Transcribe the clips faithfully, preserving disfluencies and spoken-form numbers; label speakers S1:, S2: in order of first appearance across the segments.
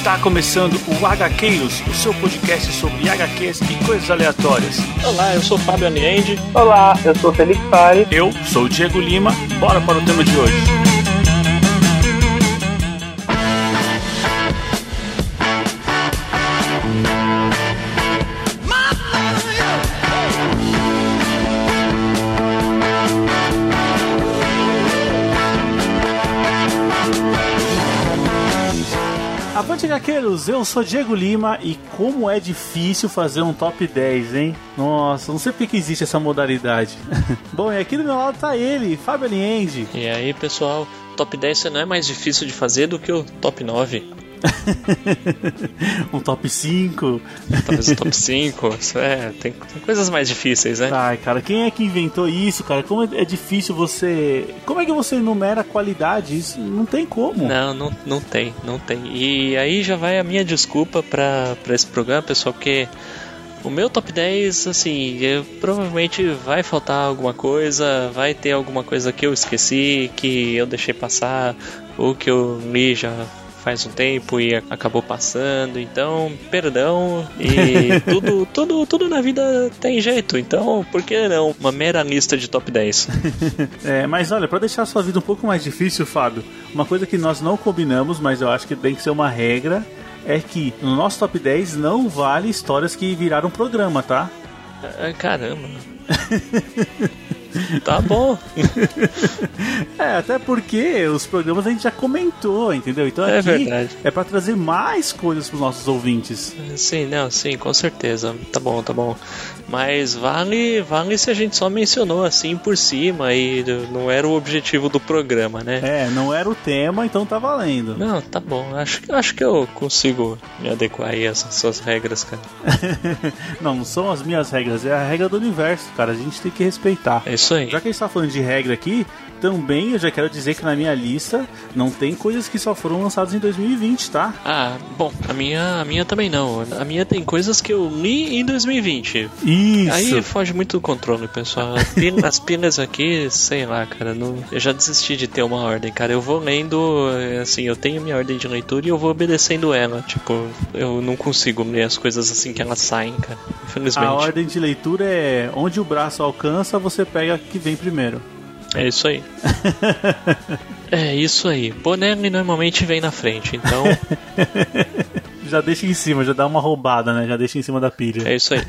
S1: Está começando o HQueiros, o seu podcast sobre H Qs e coisas aleatórias.
S2: Olá, eu sou o Fábio Aniende.
S3: Olá, eu sou o Felipe Pari.
S1: Eu sou o Diego Lima. Bora para o tema de hoje. Avante, HQueiros, eu sou Diego Lima e como é difícil fazer um top dez, hein? Nossa, não sei por que existe essa modalidade. Bom, e aqui do meu lado tá ele, Fábio Aniende.
S2: E aí, pessoal, top dez não é mais difícil de fazer do que o top nove.
S1: Um top cinco.
S2: Talvez o top cinco. É, tem, tem coisas mais difíceis, né?
S1: Ai, cara, quem é que inventou isso, cara? Como é difícil você... Como é que você enumera a qualidade? Isso não tem como.
S2: Não, não, não tem, não tem. E aí já vai a minha desculpa pra, pra esse programa, pessoal, porque... O meu top dez, assim, eu, provavelmente vai faltar alguma coisa, vai ter alguma coisa que eu esqueci, que eu deixei passar, ou que eu li já faz um tempo e acabou passando, então, perdão, e tudo, tudo, tudo na vida tem jeito, então, por que não uma mera lista de top dez?
S1: É, mas olha, pra deixar a sua vida um pouco mais difícil, Fábio, uma coisa que nós não combinamos, mas eu acho que tem que ser uma regra, é que no nosso top dez não vale histórias que viraram programa, tá?
S2: Caramba. Tá bom.
S1: É, até porque os programas a gente já comentou, entendeu? Então aqui
S2: é verdade.
S1: É pra trazer mais coisas pros nossos ouvintes.
S2: Sim, não, sim, com certeza. Tá bom, tá bom. Mas vale, vale se a gente só mencionou assim por cima e não era o objetivo do programa, né?
S1: É, não era o tema, então tá valendo.
S2: Não, tá bom. Acho, acho que eu consigo me adequar aí às suas regras, cara.
S1: Não, não são as minhas regras, é a regra do universo, cara. A gente tem que respeitar.
S2: É isso aí.
S1: Já que a gente tá falando de regra aqui, também eu já quero dizer que na minha lista não tem coisas que só foram lançadas em dois mil e vinte, tá?
S2: Ah, bom, a minha, a minha também não. A minha tem coisas que eu li em dois mil e vinte.
S1: Isso.
S2: Aí foge muito do controle, pessoal. As pilhas aqui, sei lá, cara, não, eu já desisti de ter uma ordem, cara. Eu vou lendo, assim, eu tenho minha ordem de leitura e eu vou obedecendo ela. Tipo, eu não consigo ler as coisas assim que elas saem, cara. Infelizmente.
S1: A ordem de leitura é onde o braço alcança, você pega a que vem primeiro.
S2: É isso aí. É isso aí. Bonelli normalmente vem na frente, então...
S1: Já deixa em cima, já dá uma roubada, né? Já deixa em cima da pilha.
S2: É isso aí.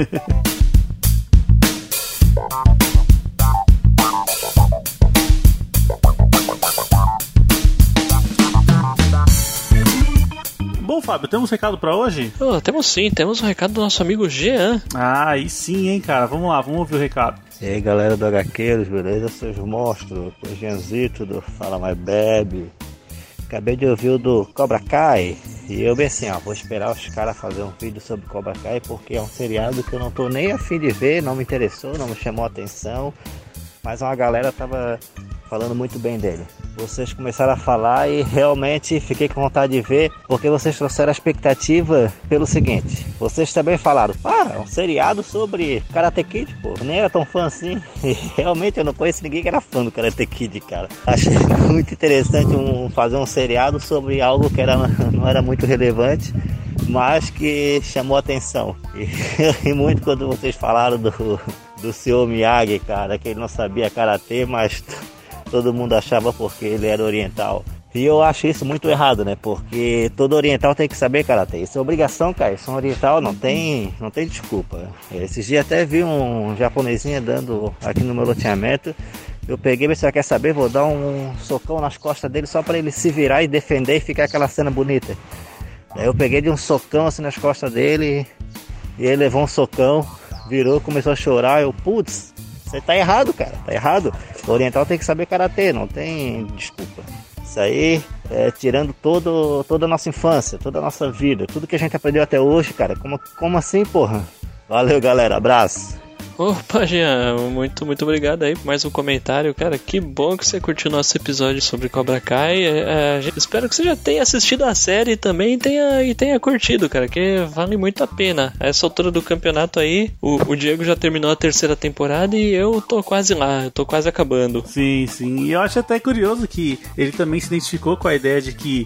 S1: Bom, Fábio, temos um recado pra hoje?
S2: Oh, temos sim, temos um recado do nosso amigo Jean.
S1: Ah, aí sim, hein, cara. Vamos lá, vamos ouvir o recado.
S4: E aí, galera do HQueiros, beleza? Seus monstros, o Jeanzito do Fala Mais Bebe. Acabei de ouvir o do Cobra Kai. E eu bem assim, ó, vou esperar os caras fazer um vídeo sobre Cobra Kai, porque é um seriado que eu não tô nem a fim de ver, não me interessou, não me chamou a atenção. Mas uma galera tava falando muito bem dele. Vocês começaram a falar e realmente fiquei com vontade de ver, porque vocês trouxeram a expectativa pelo seguinte. Vocês também falaram, ah, é um seriado sobre Karate Kid, pô. Eu nem era tão fã assim. E realmente eu não conheço ninguém que era fã do Karate Kid, cara. Achei muito interessante um, fazer um seriado sobre algo que era, não era muito relevante, mas que chamou a atenção. E eu ri muito quando vocês falaram do, do senhor Miyagi, cara, que ele não sabia karatê, mas todo mundo achava porque ele era oriental. E eu acho isso muito errado, né? Porque todo oriental tem que saber karatê. Isso é obrigação, cara. Isso é um oriental, não tem, não tem desculpa. Esses dias até vi um japonesinho andando aqui no meu loteamento. Eu peguei, você quer saber? Vou dar um socão nas costas dele só para ele se virar e defender e ficar aquela cena bonita. Aí eu peguei de um socão assim nas costas dele e ele levou um socão, virou, começou a chorar. Eu, putz, você tá errado, cara, tá errado. O oriental tem que saber karatê, não tem desculpa. Isso aí é tirando todo, toda a nossa infância, toda a nossa vida, tudo que a gente aprendeu até hoje, cara. Como, como assim, porra? Valeu, galera, abraço.
S2: Opa, Jean, muito, muito obrigado aí por mais um comentário. Cara, que bom que você curtiu nosso episódio sobre Cobra Kai. É, é, espero que você já tenha assistido a série e também tenha, e tenha curtido, cara, que vale muito a pena. A essa altura do campeonato aí, o, o Diego já terminou a terceira temporada e eu tô quase lá, eu tô quase acabando.
S1: Sim, sim. E eu acho até curioso que ele também se identificou com a ideia de que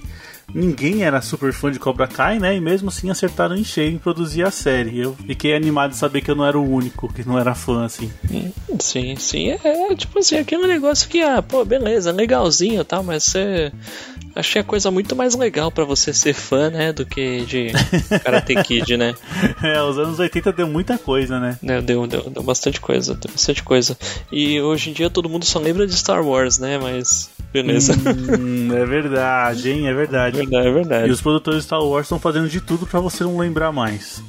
S1: ninguém era super fã de Cobra Kai, né? E mesmo assim acertaram em cheio em produzir a série. Eu fiquei animado de saber que eu não era o único que não era fã, assim.
S2: Sim, sim. É, tipo assim, aquele negócio que, ah, pô, beleza, legalzinho e tal, mas você... Achei a coisa muito mais legal pra você ser fã, né, do que de Karate Kid, né?
S1: É, os anos oitenta deu muita coisa, né?
S2: Deu, deu, deu, deu bastante coisa, deu bastante coisa. E hoje em dia todo mundo só lembra de Star Wars, né, mas... Beleza.
S1: Hum, é verdade, hein? É verdade.
S2: É verdade, é verdade.
S1: E os produtores de Star Wars estão fazendo de tudo pra você não lembrar mais.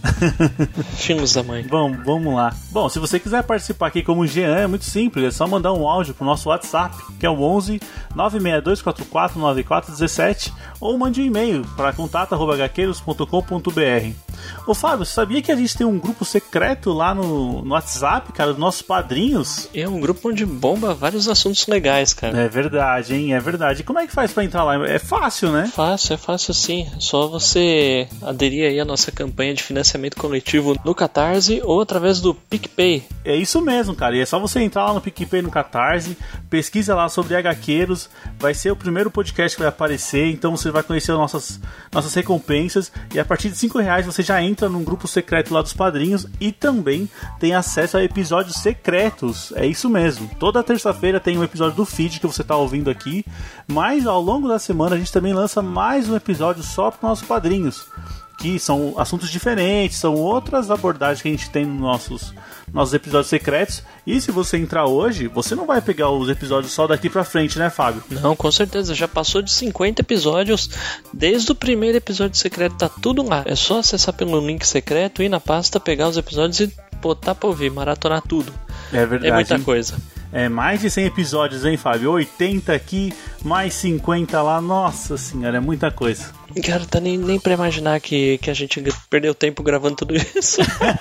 S2: Filhos da mãe.
S1: Bom, vamos lá. Bom, se você quiser participar aqui como Jean, é muito simples. É só mandar um áudio pro nosso WhatsApp, que é o onze nove seis dois quatro quatro nove quatro um sete, ou mande um e-mail para contato arroba gaqueiros ponto com ponto b r. Ô Fábio, você sabia que a gente tem um grupo secreto lá no, no WhatsApp, cara, dos nossos padrinhos?
S2: É um grupo onde bomba vários assuntos legais, cara.
S1: É verdade, hein? É verdade. E como é que faz pra entrar lá? É fácil, né?
S2: Fácil, é fácil sim. Só você aderir aí à nossa campanha de financiamento coletivo no Catarse ou através do PicPay.
S1: É isso mesmo, cara. E é só você entrar lá no PicPay, no Catarse, pesquisa lá sobre HQueiros, vai ser o primeiro podcast que vai aparecer, então você vai conhecer as nossas, nossas recompensas, e a partir de cinco reais você já entra num grupo secreto lá dos padrinhos e também tem acesso a episódios secretos. É isso mesmo. Toda terça-feira tem um episódio do feed que você está ouvindo aqui, mas ao longo da semana a gente também lança mais um episódio só para os nossos padrinhos, que são assuntos diferentes, são outras abordagens que a gente tem nos nossos, nossos episódios secretos. E se você entrar hoje, você não vai pegar os episódios só daqui pra frente, né, Fábio?
S2: Não, com certeza, já passou de cinquenta episódios. Desde o primeiro episódio secreto tá tudo lá. É só acessar pelo link secreto, ir na pasta, pegar os episódios e botar pra ouvir, maratonar tudo.
S1: É verdade.
S2: É muita coisa.
S1: É mais de cem episódios, hein, Fábio? oitenta aqui, mais cinquenta lá. Nossa senhora, é muita coisa.
S2: Cara, tá nem, nem pra imaginar que, que a gente perdeu tempo gravando tudo isso.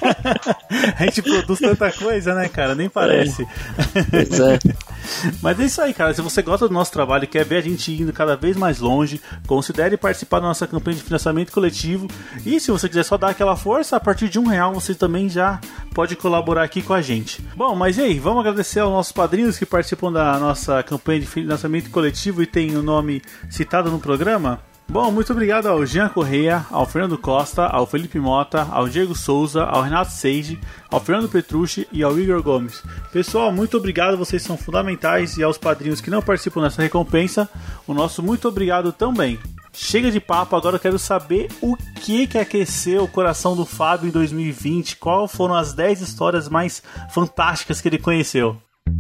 S1: A gente produz tanta coisa, né, cara? Nem parece.
S2: É. Pois é.
S1: Mas é isso aí, cara. Se você gosta do nosso trabalho e quer ver a gente indo cada vez mais longe, considere participar da nossa campanha de financiamento coletivo. E se você quiser só dar aquela força, a partir de um real você também já pode colaborar aqui com a gente. Bom, mas e aí? Vamos agradecer aos nossos padrinhos que participam da nossa campanha de financiamento coletivo e tem o nome citado no programa? Bom, muito obrigado ao Jean Correia, ao Fernando Costa, ao Felipe Mota, ao Diego Souza, ao Renato Seiji, ao Fernando Petrucci e ao Igor Gomes. Pessoal, muito obrigado, vocês são fundamentais, e aos padrinhos que não participam dessa recompensa, o nosso muito obrigado também. Chega de papo, agora eu quero saber o que que aqueceu o coração do Fábio em dois mil e vinte, quais foram as dez histórias mais fantásticas que ele conheceu.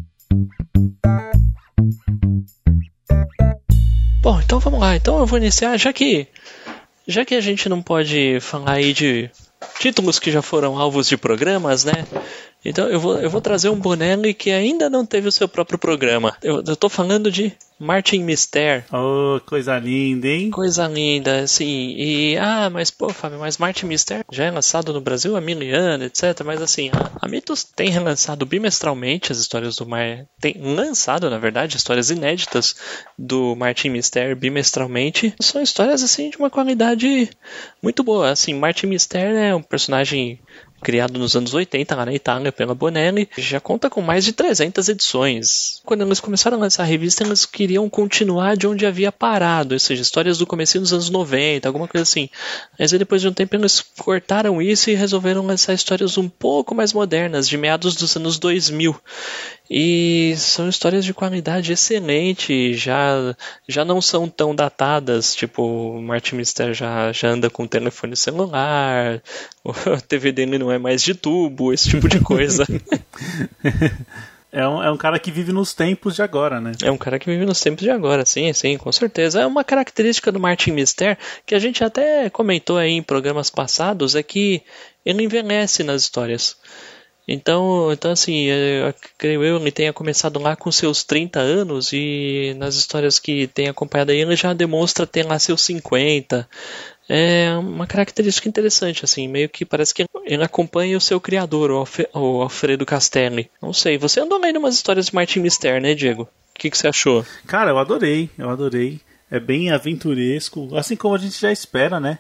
S2: Bom, então vamos lá. Então eu vou iniciar, já que já que a gente não pode falar aí de títulos que já foram alvos de programas, né? Então eu vou, eu vou trazer um Bonelli que ainda não teve o seu próprio programa. Eu, eu tô falando de Martin Mister.
S1: Oh, coisa linda, hein?
S2: Coisa linda, assim. E, ah, mas pô, Fábio, mas Martin Mister já é lançado no Brasil há mil anos, etcétera. Mas assim, a, a Mythos tem relançado bimestralmente as histórias do Mar... Tem lançado, na verdade, histórias inéditas do Martin Mister bimestralmente. São histórias, assim, de uma qualidade muito boa. Assim, Martin Mister é um personagem criado nos anos oitenta lá na Itália pela Bonelli, já conta com mais de trezentas edições. Quando eles começaram a lançar a revista, eles queriam continuar de onde havia parado, ou seja, histórias do comecinho dos anos noventa, alguma coisa assim. Mas aí, depois de um tempo, eles cortaram isso e resolveram lançar histórias um pouco mais modernas, de meados dos anos dois mil. E são histórias de qualidade excelente, já, já não são tão datadas, tipo, o Martin Mister já, já anda com telefone celular, a T V dele não é mais de tubo, esse tipo de coisa.
S1: É um, é um cara que vive nos tempos de agora, né?
S2: É um cara que vive nos tempos de agora, sim, sim, com certeza. É uma característica do Martin Mister, que a gente até comentou aí em programas passados, é que ele envelhece nas histórias. Então, então assim, eu creio eu, ele tenha começado lá com seus trinta anos e nas histórias que tem acompanhado aí, ele já demonstra ter lá seus cinquenta. É uma característica interessante, assim, meio que parece que ele acompanha o seu criador, o, Alf- o Alfredo Castelli. Não sei, você andou lendo umas histórias de Martin Mister, né, Diego? O que, que você achou?
S1: Cara, eu adorei, eu adorei. É bem aventuresco, assim como a gente já espera, né?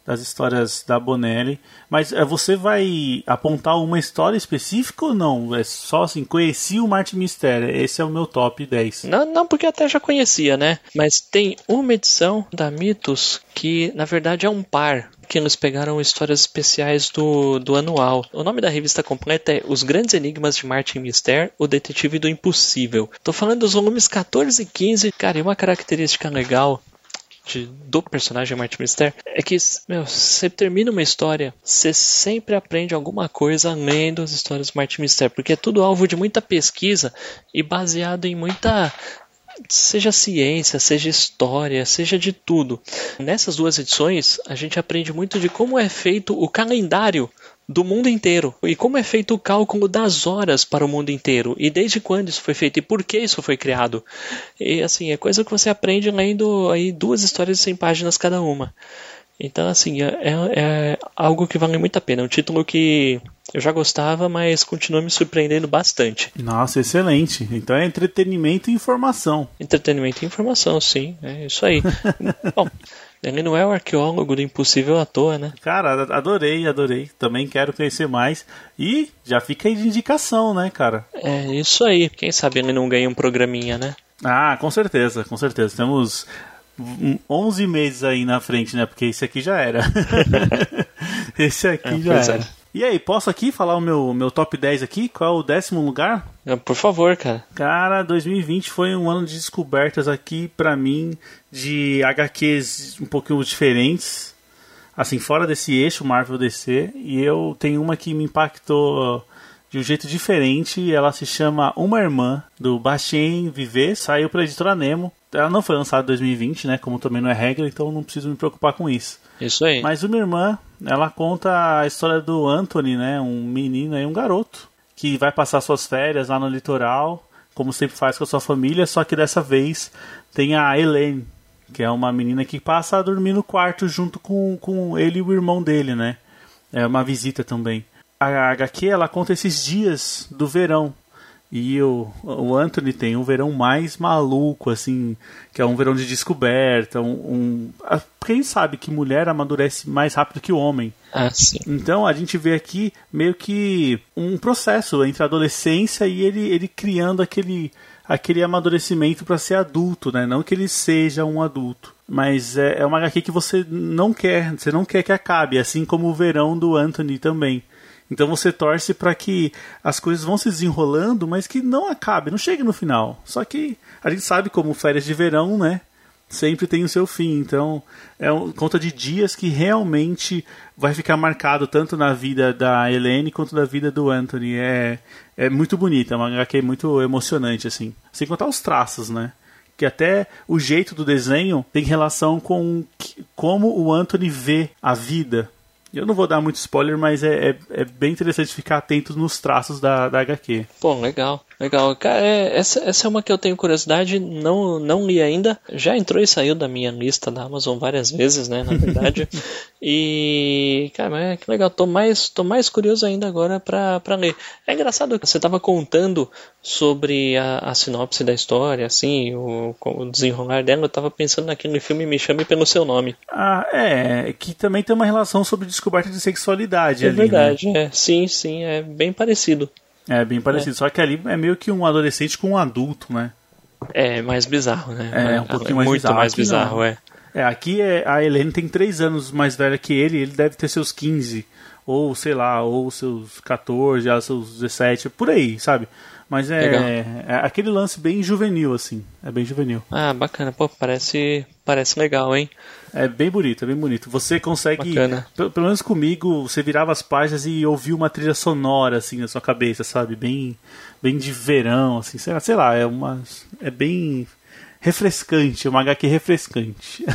S1: das histórias da Bonelli. Mas é, você vai apontar uma história específica ou não? É só assim, conheci o Martin Mister, esse é o meu top dez.
S2: Não, não, porque até já conhecia, né? Mas tem uma edição da Mitos que, na verdade, é um par, que eles pegaram histórias especiais do, do anual. O nome da revista completa é Os Grandes Enigmas de Martin Mister, o Detetive do Impossível. Tô falando dos volumes catorze e quinze. Cara, e uma característica legal de, do personagem Martin Mister é que, meu, você termina uma história, você sempre aprende alguma coisa lendo as histórias do Martin Mister, porque é tudo alvo de muita pesquisa e baseado em muita... seja ciência, seja história, seja de tudo. Nessas duas edições, a gente aprende muito de como é feito o calendário do mundo inteiro e como é feito o cálculo das horas para o mundo inteiro e desde quando isso foi feito e por que isso foi criado. E assim, é coisa que você aprende lendo aí duas histórias de cem páginas cada uma. Então, assim, é, é algo que vale muito a pena. É um título que eu já gostava, mas continua me surpreendendo bastante.
S1: Nossa, excelente. Então é entretenimento e informação.
S2: Entretenimento e informação, sim. É isso aí. Bom, ele não é o arqueólogo do Impossível à toa, né?
S1: Cara, adorei, adorei. Também quero conhecer mais. E já fica aí de indicação, né, cara?
S2: É isso aí. Quem sabe ele não ganha um programinha, né?
S1: Ah, com certeza, com certeza. Temos onze meses aí na frente, né? Porque esse aqui já era. Esse aqui é, já era. É. E aí, posso aqui falar o meu, meu top dez aqui? Qual é o décimo lugar?
S2: Por favor, cara.
S1: Cara, dois mil e vinte foi um ano de descobertas aqui pra mim, de agá quês um pouquinho diferentes, assim, fora desse eixo Marvel D C, e eu tenho uma que me impactou de um jeito diferente. Ela se chama Uma Irmã, do Bastien Viver, saiu pela editora Nemo. Ela não foi lançada em dois mil e vinte, né? Como também não é regra, então não preciso me preocupar com isso.
S2: Isso aí.
S1: Mas Uma Irmã, ela conta a história do Anthony, né? Um menino e um garoto que vai passar suas férias lá no litoral, como sempre faz com a sua família, só que dessa vez tem a Elaine, que é uma menina que passa a dormir no quarto junto com, com ele e o irmão dele, né? É uma visita também. A agá quê, ela conta esses dias do verão. E o, o Anthony tem um verão mais maluco, assim, que é um verão de descoberta. Um, um, quem sabe que mulher amadurece mais rápido que o homem.
S2: Ah, sim.
S1: Então a gente vê aqui meio que um processo entre a adolescência e ele, ele criando aquele, aquele amadurecimento para ser adulto, né? Não que ele seja um adulto. Mas é, é uma agá quê que você não quer, você não quer que acabe, assim como o verão do Anthony também. Então você torce para que as coisas vão se desenrolando, mas que não acabe, não chegue no final. Só que a gente sabe como férias de verão, né? Sempre tem o seu fim. Então é um, conta de dias que realmente vai ficar marcado tanto na vida da Elaine quanto na vida do Anthony. É, é muito bonita, é uma agá quê muito emocionante, assim. Sem contar os traços, né? Que até o jeito do desenho tem relação com como o Anthony vê a vida. Eu não vou dar muito spoiler, mas é, é, é bem interessante ficar atento nos traços da, da agá quê.
S2: Pô, legal, legal. Cara, é, essa, essa é uma que eu tenho curiosidade, não, não li ainda. Já entrou e saiu da minha lista da Amazon várias vezes, né, na verdade. E, cara, é, que legal. Tô mais, tô mais curioso ainda agora pra, pra ler. É engraçado que você tava contando sobre a, a sinopse da história, assim, o, o desenrolar dela. Eu tava pensando naquele filme Me Chame Pelo Seu Nome.
S1: Ah, é, que também tem uma relação sobre descoberta de sexualidade
S2: é
S1: ali,
S2: verdade,
S1: né?
S2: É. Sim, sim, é bem parecido.
S1: É bem parecido, é. Só que ali é meio que um adolescente com um adulto, né?
S2: É mais bizarro, né?
S1: É, um pouquinho mais
S2: muito
S1: bizarro.
S2: mais
S1: aqui
S2: bizarro,
S1: não.
S2: é.
S1: É, aqui é, a Elaine tem três anos mais velha que ele, ele deve ter seus quinze, ou sei lá, ou seus catorze, ela seus dezessete, por aí, sabe? Mas é, é, é aquele lance bem juvenil, assim, é bem juvenil.
S2: Ah, bacana, pô, parece, parece legal, hein?
S1: É bem bonito, é bem bonito. Você consegue, pelo, pelo menos comigo, você virava as páginas e ouvia uma trilha sonora, assim, na sua cabeça, sabe? Bem, bem de verão, assim, sei lá, sei lá é, uma, é bem refrescante, é uma agá quê refrescante.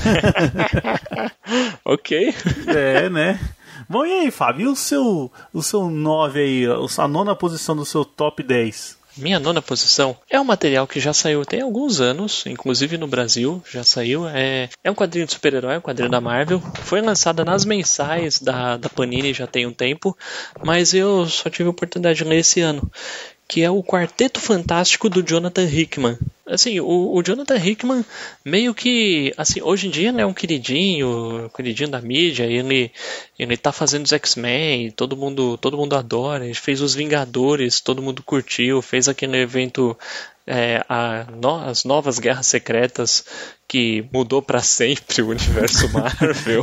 S2: Ok.
S1: É, né? Bom, e aí, Fábio, e o seu, o seu nove aí, a nona posição do seu top dez?
S2: Minha nona posição é um material que já saiu tem alguns anos, inclusive no Brasil já saiu. É, é um quadrinho de super-herói, um quadrinho da Marvel. Foi lançada nas mensais da, da Panini já tem um tempo, mas eu só tive a oportunidade de ler esse ano, que é o Quarteto Fantástico do Jonathan Hickman. Assim, o, o Jonathan Hickman meio que, assim, hoje em dia, né, é um queridinho, um queridinho da mídia, ele, ele tá fazendo os X-Men, todo mundo, todo mundo adora, ele fez os Vingadores, todo mundo curtiu, fez aquele evento, é, a, no, as novas Guerras Secretas, que mudou pra sempre o universo Marvel.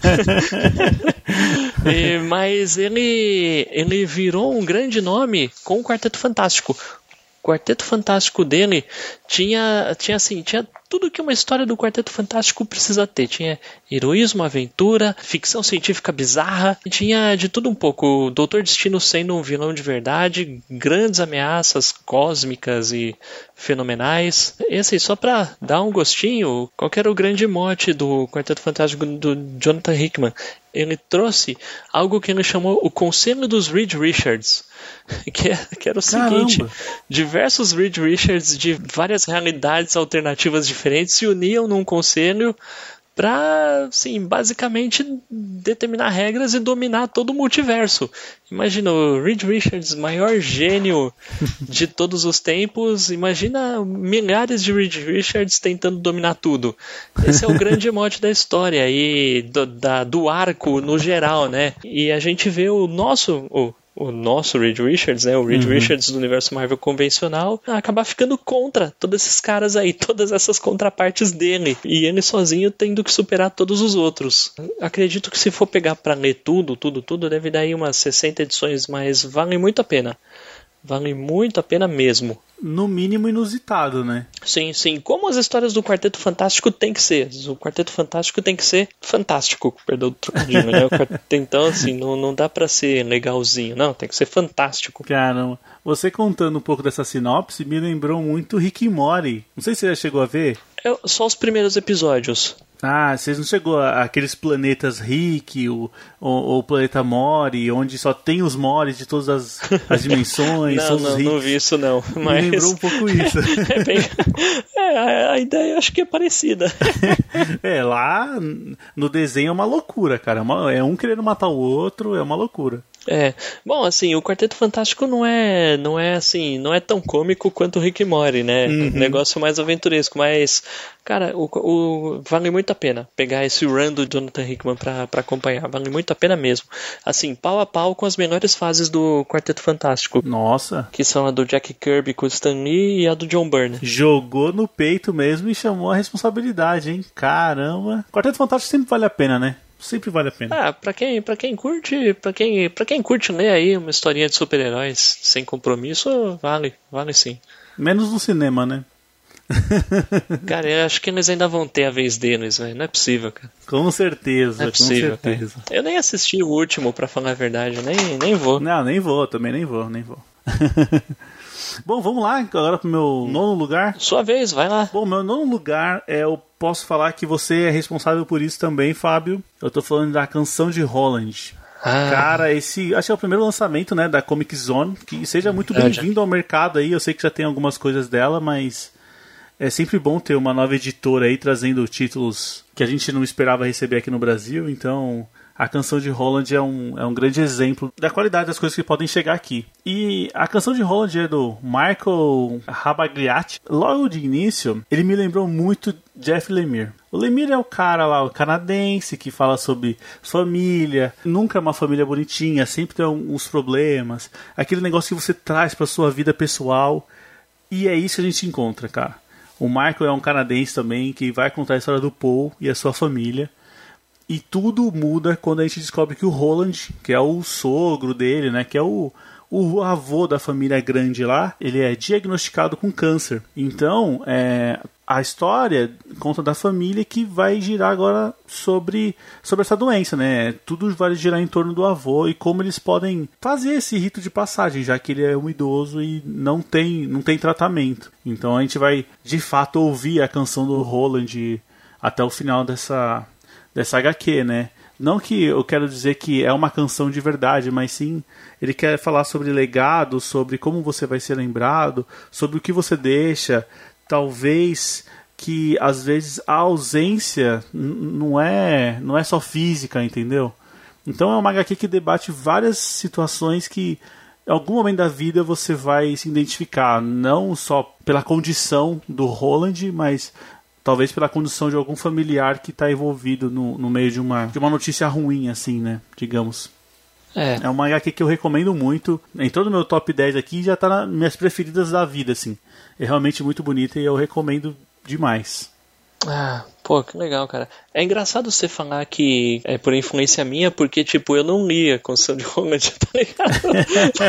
S2: e, mas ele, ele virou um grande nome com o Quarteto Fantástico. O Quarteto Fantástico dele tinha, tinha, assim, tinha tudo que uma história do Quarteto Fantástico precisa ter. Tinha heroísmo, aventura, ficção científica bizarra, tinha de tudo um pouco. O Doutor Destino sendo um vilão de verdade, grandes ameaças cósmicas e fenomenais. E assim, só pra dar um gostinho, qual que era o grande mote do Quarteto Fantástico do Jonathan Hickman? Ele trouxe algo que ele chamou o Conselho dos Reed Richards. Que, é, que era o
S1: Caramba.
S2: seguinte: diversos Reed Richards de várias realidades alternativas diferentes se uniam num conselho para, assim, basicamente determinar regras e dominar todo o multiverso. Imagina o Reed Richards, maior gênio de todos os tempos. Imagina milhares de Reed Richards tentando dominar tudo. Esse é o grande mote da história e do, da, do arco no geral, né? E a gente vê o nosso... O, o nosso Reed Richards, né, o Reed uhum. Richards do universo Marvel convencional, acabar ficando contra todos esses caras aí, todas essas contrapartes dele, e ele sozinho tendo que superar todos os outros. Acredito que se for pegar pra ler tudo, tudo, tudo, deve dar aí umas sessenta edições, mas vale muito a pena. Vale muito a pena mesmo.
S1: No mínimo inusitado, né?
S2: Sim, sim. Como as histórias do Quarteto Fantástico tem que ser. O Quarteto Fantástico tem que ser fantástico. Perdão o trocadilho, né? Então, assim, não, não dá pra ser legalzinho. Não, tem que ser fantástico.
S1: Caramba. Você contando um pouco dessa sinopse me lembrou muito Rick e Morty. Não sei se você já chegou a ver.
S2: É só os primeiros episódios.
S1: Ah, vocês não chegou a aqueles planetas Rick, o, o, o planeta Mori, onde só tem os Moris de todas as, as dimensões.
S2: não, não, não vi isso não. Mas...
S1: Me lembrou um pouco isso.
S2: é bem... é, a, a ideia acho que é parecida.
S1: é, lá no desenho é uma loucura, cara. É, uma, é um querendo matar o outro, é uma loucura.
S2: É, bom, assim, o Quarteto Fantástico não é, não é assim, não é tão cômico quanto o Rick e Morty, né? Uhum. Um negócio mais aventuresco, mas, cara, o, o, vale muito a pena pegar esse run do Jonathan Hickman pra, pra acompanhar, vale muito a pena mesmo. Assim, pau a pau com as melhores fases do Quarteto Fantástico.
S1: Nossa! Que
S2: são a do Jack Kirby com o Stan Lee e a do John Byrne.
S1: Jogou no peito mesmo e chamou a responsabilidade, hein? Caramba! Quarteto Fantástico sempre vale a pena, né? Sempre vale a pena.
S2: Ah, pra quem, pra quem curte, pra quem, pra quem curte ler aí uma historinha de super-heróis sem compromisso, vale, vale sim.
S1: Menos no cinema, né?
S2: Cara, eu acho que eles ainda vão ter a vez deles, velho. Não é possível, cara.
S1: Com certeza,
S2: não é possível,
S1: com certeza.
S2: Cara. Eu nem assisti o último, pra falar a verdade, nem, nem vou.
S1: Não, nem vou, também nem vou, nem vou. Bom, vamos lá agora pro meu nono lugar.
S2: Sua vez, vai lá.
S1: Bom, meu nono lugar é, eu posso falar que você é responsável por isso também, Fábio. Eu tô falando da Canção de Holland. Ah. Cara, esse acho que é o primeiro lançamento, né, da Comic Zone. Que seja muito bem-vindo ao mercado aí. Eu sei que já tem algumas coisas dela, mas é sempre bom ter uma nova editora aí trazendo títulos que a gente não esperava receber aqui no Brasil. Então, a Canção de Holland é um, é um grande exemplo da qualidade das coisas que podem chegar aqui. E a Canção de Holland é do Michael Rabagliati. Logo de início, ele me lembrou muito Jeff Lemire. O Lemire é o cara lá, o canadense, que fala sobre família. Nunca é uma família bonitinha, sempre tem uns problemas. Aquele negócio que você traz pra sua vida pessoal. E é isso que a gente encontra, cara. O Michael é um canadense também, que vai contar a história do Paul e a sua família. E tudo muda quando a gente descobre que o Roland, que é o sogro dele, né, que é o, o avô da família grande lá, ele é diagnosticado com câncer. Então, é, a história conta da família que vai girar agora sobre, sobre essa doença, né? Tudo vai girar em torno do avô e como eles podem fazer esse rito de passagem, já que ele é um idoso e não tem, não tem tratamento. Então a gente vai, de fato, ouvir a canção do Roland até o final dessa... dessa agá quê, né? Não que eu quero dizer que é uma canção de verdade, mas sim, ele quer falar sobre legado, sobre como você vai ser lembrado, sobre o que você deixa, talvez que às vezes a ausência não é, não é só física, entendeu? Então é uma agá quê que debate várias situações que em algum momento da vida você vai se identificar, não só pela condição do Roland, mas talvez pela condição de algum familiar que está envolvido no, no meio de uma, de uma notícia ruim, assim, né? Digamos.
S2: É.
S1: É uma H Q que eu recomendo muito. Entrou no meu top dez aqui e já está nas minhas preferidas da vida, assim. É realmente muito bonita e eu recomendo demais.
S2: Ah, pô, que legal, cara. É engraçado você falar que é por influência minha, porque, tipo, eu não lia Construção de Roland, tá ligado?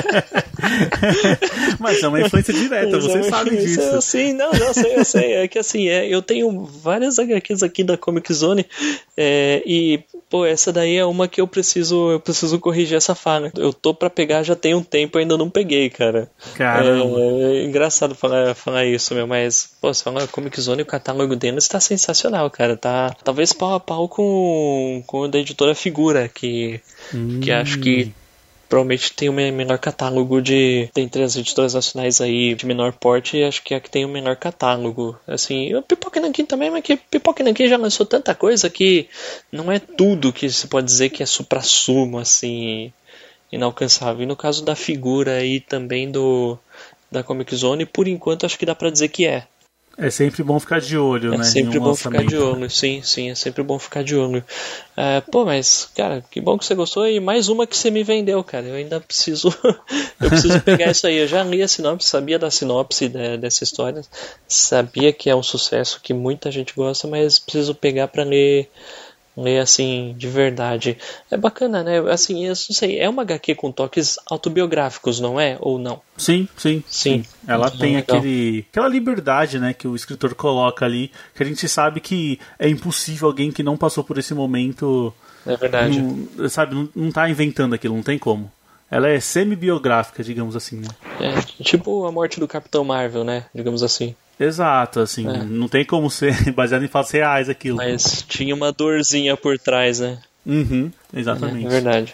S1: Mas é uma influência direta, você
S2: é
S1: sabe disso.
S2: Sim, não, não, sei, eu sei. É que, assim, é, eu tenho várias H Qs aqui da Comic Zone, é, e, pô, essa daí é uma que eu preciso, eu preciso corrigir essa falha. Eu tô pra pegar já tem um tempo, ainda não peguei, cara.
S1: Caramba.
S2: É, é engraçado falar, falar isso, meu, mas, pô, você fala Comic Zone, o catálogo deles tá sensacional, cara. Tá talvez pau a pau com, com o da editora Figura, que,
S1: hum.
S2: que acho que provavelmente tem o menor catálogo de dentre as editoras nacionais aí de menor porte, acho que é a que tem o menor catálogo. Assim, o Pipoca Nankin também, mas que Pipoca Nankin já lançou tanta coisa que não é tudo que se pode dizer que é supra-sumo, assim, inalcançável. E no caso da Figura aí também do da Comic Zone, por enquanto acho que dá pra dizer que é.
S1: É sempre bom ficar de olho,
S2: é
S1: né?
S2: É sempre
S1: um
S2: bom
S1: lançamento.
S2: ficar de olho, sim, sim, é sempre bom ficar de olho. É, pô, mas, cara, que bom que você gostou. E mais uma que você me vendeu, cara. Eu ainda preciso. eu preciso pegar isso aí. Eu já li a sinopse, sabia da sinopse de, dessa história. Sabia que é um sucesso, que muita gente gosta, mas preciso pegar pra ler. Ler assim, de verdade. É bacana, né? Assim, eu não sei, é uma H Q com toques autobiográficos, não é? Ou não?
S1: Sim, sim.
S2: Sim.
S1: sim. Ela
S2: Muito
S1: tem
S2: legal.
S1: aquele, aquela liberdade, né, que o escritor coloca ali, que a gente sabe que é impossível alguém que não passou por esse momento.
S2: É verdade.
S1: Não, sabe, não, não tá inventando aquilo, não tem como. Ela é semi-biográfica, digamos assim, né?
S2: É, tipo a morte do Capitão Marvel, né? Digamos assim.
S1: Exato, assim,
S2: É.
S1: não tem como ser baseado em fatos reais aquilo.
S2: Mas tinha uma dorzinha por trás, né?
S1: Uhum, exatamente.
S2: É, é verdade.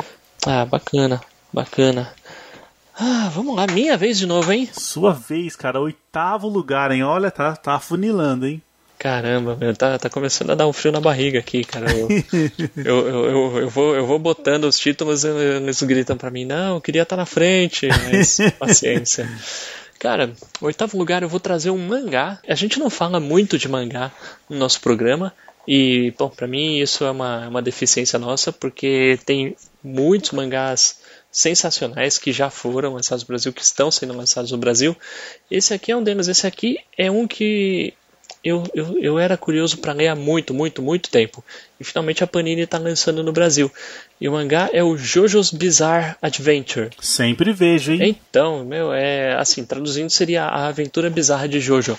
S2: Ah, bacana, bacana. Ah, vamos lá, minha vez de novo, hein?
S1: Sua vez, cara, oitavo lugar, hein? Olha, tá, tá afunilando, hein?
S2: Caramba, meu, tá, tá começando a dar um frio na barriga aqui, cara. Eu, eu, eu, eu, eu, vou, eu vou botando os títulos e eles gritam pra mim, não, eu queria estar na frente, mas paciência. Cara, oitavo lugar eu vou trazer um mangá. A gente não fala muito de mangá no nosso programa. E, bom, pra mim isso é uma, uma deficiência nossa, porque tem muitos mangás sensacionais que já foram lançados no Brasil, que estão sendo lançados no Brasil. Esse aqui é um deles. Esse aqui é um que eu, eu, eu era curioso para ler há muito, muito, muito tempo. E finalmente a Panini está lançando no Brasil. E o mangá é o JoJo's Bizarre Adventure.
S1: Sempre vejo, hein?
S2: Então, meu, é assim, traduzindo seria a aventura bizarra de Jojo.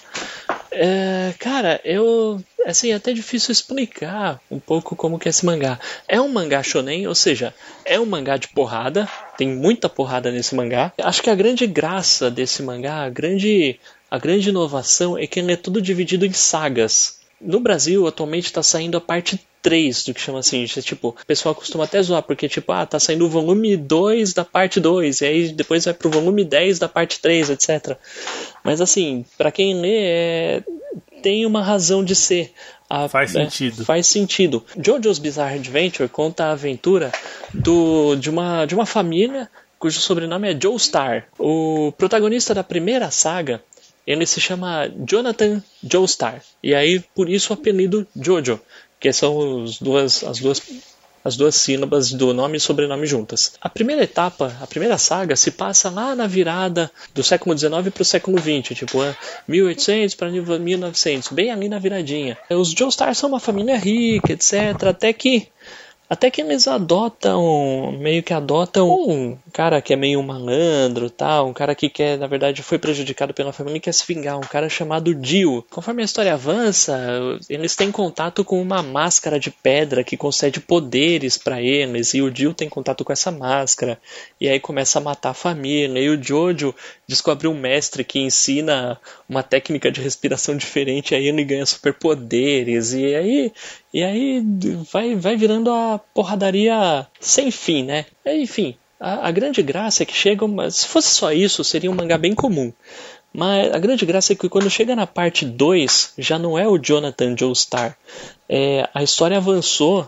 S2: É, cara, eu... assim, é até difícil explicar um pouco como que é esse mangá. É um mangá shonen, ou seja, é um mangá de porrada. Tem muita porrada nesse mangá. Acho que a grande graça desse mangá, a grande, a grande inovação é que ele é tudo dividido em sagas. No Brasil, atualmente está saindo a parte três do que chama assim, tipo, o pessoal costuma até zoar, porque tipo, ah, tá saindo o volume dois da parte dois, e aí depois vai pro volume dez da parte três, etcétera. Mas assim, pra quem lê, é... tem uma razão de ser. A,
S1: faz
S2: é,
S1: sentido.
S2: Faz sentido. JoJo's Bizarre Adventure conta a aventura do, de, uma, de uma família cujo sobrenome é Joestar. O protagonista da primeira saga, ele se chama Jonathan Joestar. E aí, por isso o apelido Jojo, que são as duas, as duas, as duas sílabas do nome e sobrenome juntas. A primeira etapa, a primeira saga, se passa lá na virada do século dezenove para o século vinte, tipo mil e oitocentos para mil e novecentos, bem ali na viradinha. Os Joestar são uma família rica, etcétera. Até que Até que eles adotam, meio que adotam um cara que é meio malandro, tal, um cara que quer, na verdade, foi prejudicado pela família e quer se vingar, um cara chamado Dio. Conforme a história avança, eles têm contato com uma máscara de pedra que concede poderes pra eles, e o Dio tem contato com essa máscara, e aí começa a matar a família, e o Jojo descobre um mestre que ensina uma técnica de respiração diferente, aí ele ganha superpoderes, e aí... E aí vai, vai virando a porradaria sem fim, né? Enfim, a, a grande graça é que chega... Uma, se fosse só isso, seria um mangá bem comum. Mas a grande graça é que quando chega na parte dois, já não é o Jonathan Joestar. É, a história avançou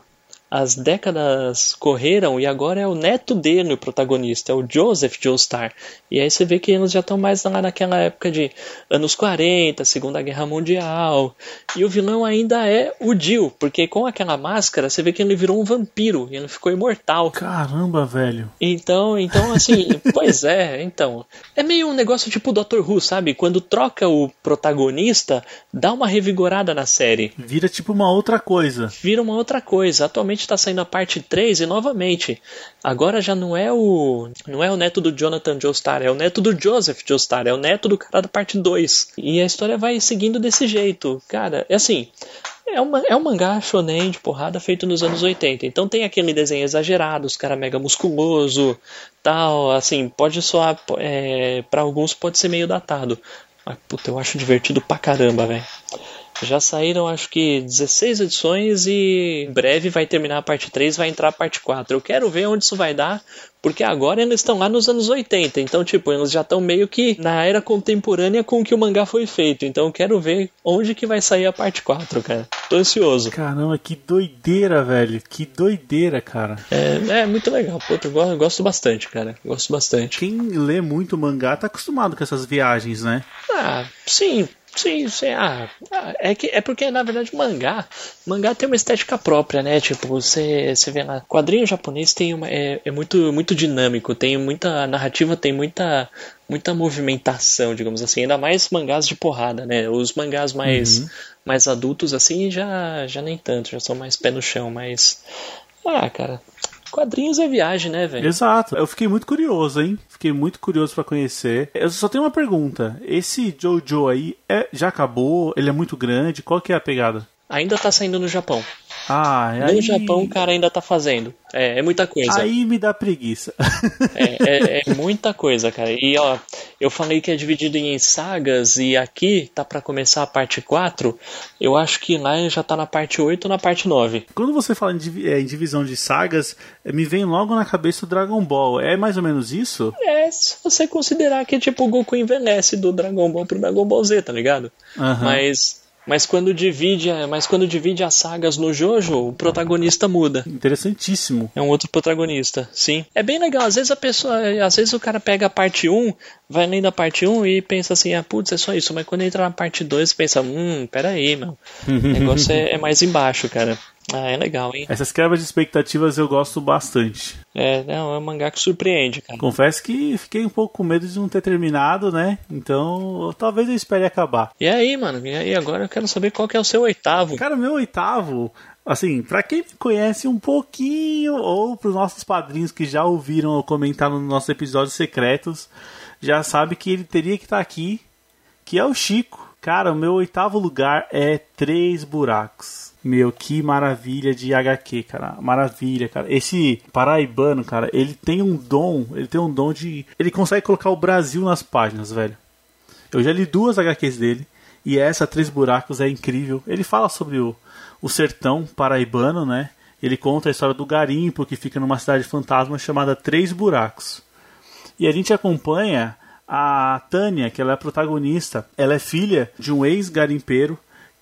S2: as décadas correram e agora é o neto dele o protagonista, é o Joseph Joestar. E aí você vê que eles já estão mais lá naquela época de anos quarenta, Segunda Guerra Mundial. E o vilão ainda é o Jill, porque com aquela máscara você vê que ele virou um vampiro e ele ficou imortal.
S1: Caramba, velho.
S2: Então, então assim, pois é, então. É meio um negócio tipo doutor Who, sabe? Quando troca o protagonista, dá uma revigorada na série.
S1: Vira tipo uma outra coisa.
S2: Vira uma outra coisa. Atualmente está saindo a parte três e novamente, agora já não é o não é o neto do Jonathan Joestar, é o neto do Joseph Joestar, é o neto do cara da parte dois. E a história vai seguindo desse jeito. Cara, é assim, é, uma, é um mangá shonen de porrada feito nos anos oitenta. Então tem aquele desenho exagerado, os caras mega musculoso, tal, assim, pode soar, é, para alguns pode ser meio datado. Mas, puta, eu acho divertido pra caramba, velho. Já saíram acho que dezesseis edições e em breve vai terminar a parte três, vai entrar a parte quatro. Eu quero ver onde isso vai dar, porque agora eles estão lá nos anos oitenta, então tipo, eles já estão meio que na era contemporânea com que o mangá foi feito. Então eu quero ver onde que vai sair a parte quatro, cara. Tô ansioso.
S1: Caramba, que doideira, velho. Que doideira, cara.
S2: É, é muito legal. Pô, eu gosto, eu gosto bastante, cara. Gosto bastante.
S1: Quem lê muito mangá tá acostumado com essas viagens, né?
S2: Ah, sim. Sim, sim, ah, é, que, é porque na verdade mangá, mangá tem uma estética própria, né, tipo, você, você vê lá, quadrinho japonês tem uma, é, é muito, muito dinâmico, tem muita, a narrativa tem muita, muita movimentação, digamos assim, ainda mais mangás de porrada, né, os mangás mais, uhum. mais adultos assim já, já nem tanto, já são mais pé no chão, mas, ah, cara... Quadrinhos é viagem, né, velho?
S1: Exato. Eu fiquei muito curioso, hein? Fiquei muito curioso pra conhecer. Eu só tenho uma pergunta. Esse Jojo aí é, já acabou? Ele é muito grande? Qual que é a pegada?
S2: Ainda tá saindo no Japão.
S1: Ah,
S2: no aí... Japão o cara ainda tá fazendo. É, é muita coisa.
S1: Aí me dá preguiça.
S2: É, é, é muita coisa, cara. E ó, eu falei que é dividido em sagas e aqui tá pra começar a parte quatro. Eu acho que lá já tá na parte oito ou na parte nove.
S1: Quando você fala em, div- é, em divisão de sagas, me vem logo na cabeça o Dragon Ball. É mais ou menos isso?
S2: É, se você considerar que tipo o Goku envelhece do Dragon Ball pro Dragon Ball Z, tá ligado?
S1: Uhum.
S2: Mas... Mas quando, divide, mas quando divide as sagas no Jojo, o protagonista muda.
S1: Interessantíssimo.
S2: É um outro protagonista, sim. É bem legal. Às vezes a pessoa, às vezes o cara pega a parte um, vai lendo a parte um e pensa assim, ah, putz, é só isso. Mas quando entra na parte dois, pensa, hum, peraí, meu. O negócio é, é mais embaixo, cara. Ah, é legal, hein?
S1: Essas quebras de expectativas eu gosto bastante.
S2: É, não, é um mangá que surpreende, cara.
S1: Confesso que fiquei um pouco com medo de não ter terminado, né? Então, talvez eu espere acabar.
S2: E aí, mano? E aí, agora eu quero saber qual que é o seu oitavo.
S1: Cara, o meu oitavo, assim, pra quem me conhece um pouquinho, ou pros nossos padrinhos que já ouviram eu comentar nos nossos episódios secretos, já sabe que ele teria que estar aqui, que é o Chico. Cara, o meu oitavo lugar é Três Buracos. Meu, que maravilha de H Q, cara. Maravilha, cara. Esse paraibano, cara, ele tem um dom, ele tem um dom de... Ele consegue colocar o Brasil nas páginas, velho. Eu já li duas H Qs dele, e essa, Três Buracos, é incrível. Ele fala sobre o, o sertão paraibano, né? Ele conta a história do garimpo, que fica numa cidade fantasma chamada Três Buracos. E a gente acompanha a Tânia, que ela é a protagonista. Ela é filha de um ex-garimpeiro,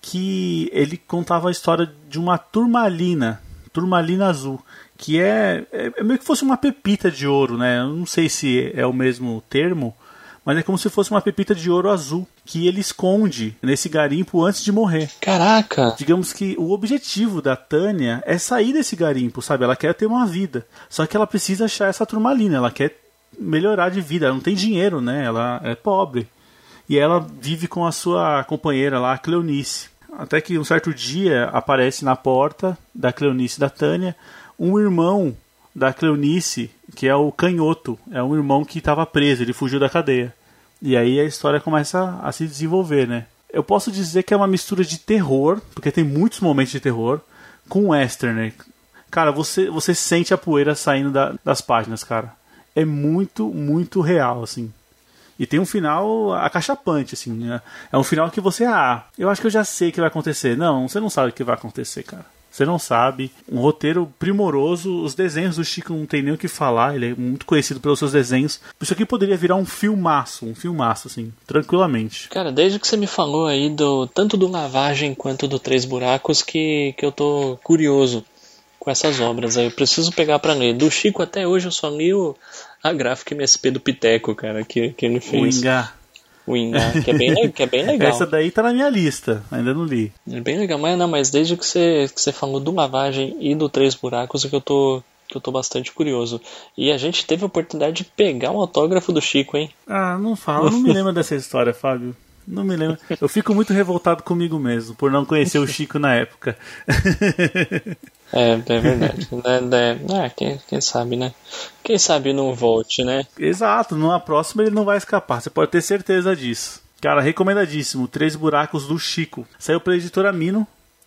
S1: que ele contava a história de uma turmalina, turmalina azul, que é, é, é meio que fosse uma pepita de ouro, né? Eu não sei se é o mesmo termo, mas é como se fosse uma pepita de ouro azul, que ele esconde nesse garimpo antes de morrer.
S2: Caraca!
S1: Digamos que o objetivo da Tânia é sair desse garimpo, sabe? Ela quer ter uma vida, só que ela precisa achar essa turmalina, ela quer melhorar de vida, ela não tem dinheiro, né? Ela é pobre. E ela vive com a sua companheira lá, a Cleonice. Até que um certo dia aparece na porta da Cleonice e da Tânia um irmão da Cleonice, que é o Canhoto. É um irmão que estava preso, ele fugiu da cadeia. E aí a história começa a se desenvolver, né? Eu posso dizer que é uma mistura de terror, porque tem muitos momentos de terror, com western, né? Cara, você, você sente a poeira saindo da, das páginas, cara. É muito, muito real, assim. E tem um final acachapante, assim, né? É um final que você, ah, eu acho que eu já sei o que vai acontecer. Não, você não sabe o que vai acontecer, cara. Você não sabe. Um roteiro primoroso, os desenhos do Chico não tem nem o que falar, ele é muito conhecido pelos seus desenhos. Isso aqui poderia virar um filmaço, um filmaço, assim, tranquilamente.
S2: Cara, desde que você me falou aí do tanto do Lavagem quanto do Três Buracos que, que eu tô curioso. com essas obras aí. Eu preciso pegar pra ler. Do Chico até hoje eu só li o, a gráfica M S P do Piteco, cara, que, que ele fez.
S1: O Ingá.
S2: O Ingá, que é bem, que é bem legal.
S1: Essa daí tá na minha lista, ainda não li.
S2: É bem legal, mas não, mas desde que você, que você falou do Lavagem e do Três Buracos é que eu tô... que eu tô bastante curioso. E a gente teve a oportunidade de pegar um autógrafo do Chico, hein?
S1: Ah, não fala, eu não me lembro dessa história, Fábio. Não me lembro. Eu fico muito revoltado comigo mesmo, por não conhecer o Chico na época.
S2: É, é verdade. é, é, é, quem, quem sabe, né? Quem sabe não volte, né?
S1: Exato, numa próxima ele não vai escapar, você pode ter certeza disso. Cara, recomendadíssimo, Três Buracos do Chico. Saiu pela editora Mino.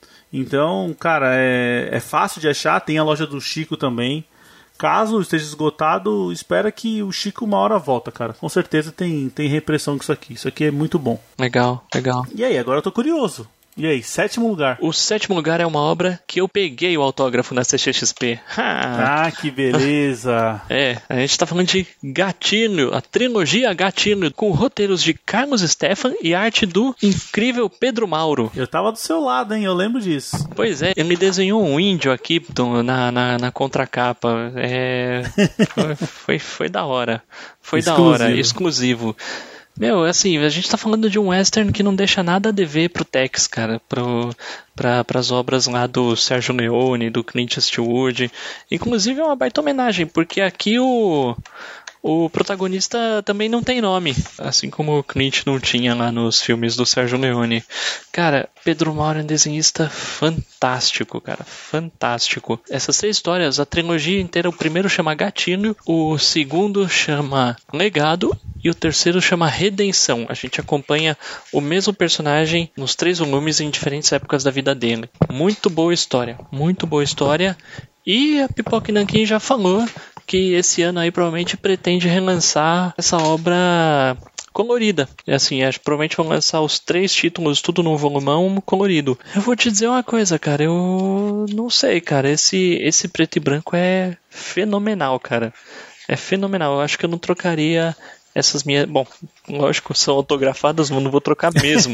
S1: Então, cara, é, é fácil de achar, tem a loja do Chico também. Caso esteja esgotado, espera que o Chico uma hora volta, cara. Com certeza tem, tem repressão com isso aqui. Isso aqui é muito bom.
S2: Legal, legal.
S1: E aí, agora eu tô curioso. E aí, sétimo lugar?
S2: O sétimo lugar é uma obra que eu peguei o autógrafo na C C X P.
S1: Ah, que beleza!
S2: É, a gente tá falando de Gatilho, a trilogia Gatilho, com roteiros de Carlos Stefan e arte do incrível Pedro Mauro.
S1: Eu tava do seu lado, hein? Eu lembro disso.
S2: Pois é, ele desenhou um índio aqui na, na, na contracapa. É, foi, foi, foi da hora. Foi exclusivo. da hora, exclusivo. Meu, assim, a gente tá falando de um western que não deixa nada a dever pro Tex, cara, pro, pra, pras obras lá do Sérgio Leone, do Clint Eastwood. Inclusive é uma baita homenagem, porque aqui o, o protagonista também não tem nome, assim como o Clint não tinha lá nos filmes do Sérgio Leone. Cara, Pedro Mauro é um desenhista fantástico, cara, fantástico. Essas três histórias, a trilogia inteira, o primeiro chama Gatilho, o segundo chama Legado, e o terceiro chama Redenção. A gente acompanha o mesmo personagem nos três volumes em diferentes épocas da vida dele. Muito boa história, muito boa história. E a Pipoca Nanquim já falou que esse ano aí provavelmente pretende relançar essa obra colorida. É assim, acho que provavelmente vão lançar os três títulos tudo num volumão colorido. Eu vou te dizer uma coisa, cara, eu não sei, cara, esse, esse preto e branco é fenomenal, cara. É fenomenal, eu acho que eu não trocaria essas minhas... Bom, lógico, são autografadas, mas não vou trocar mesmo.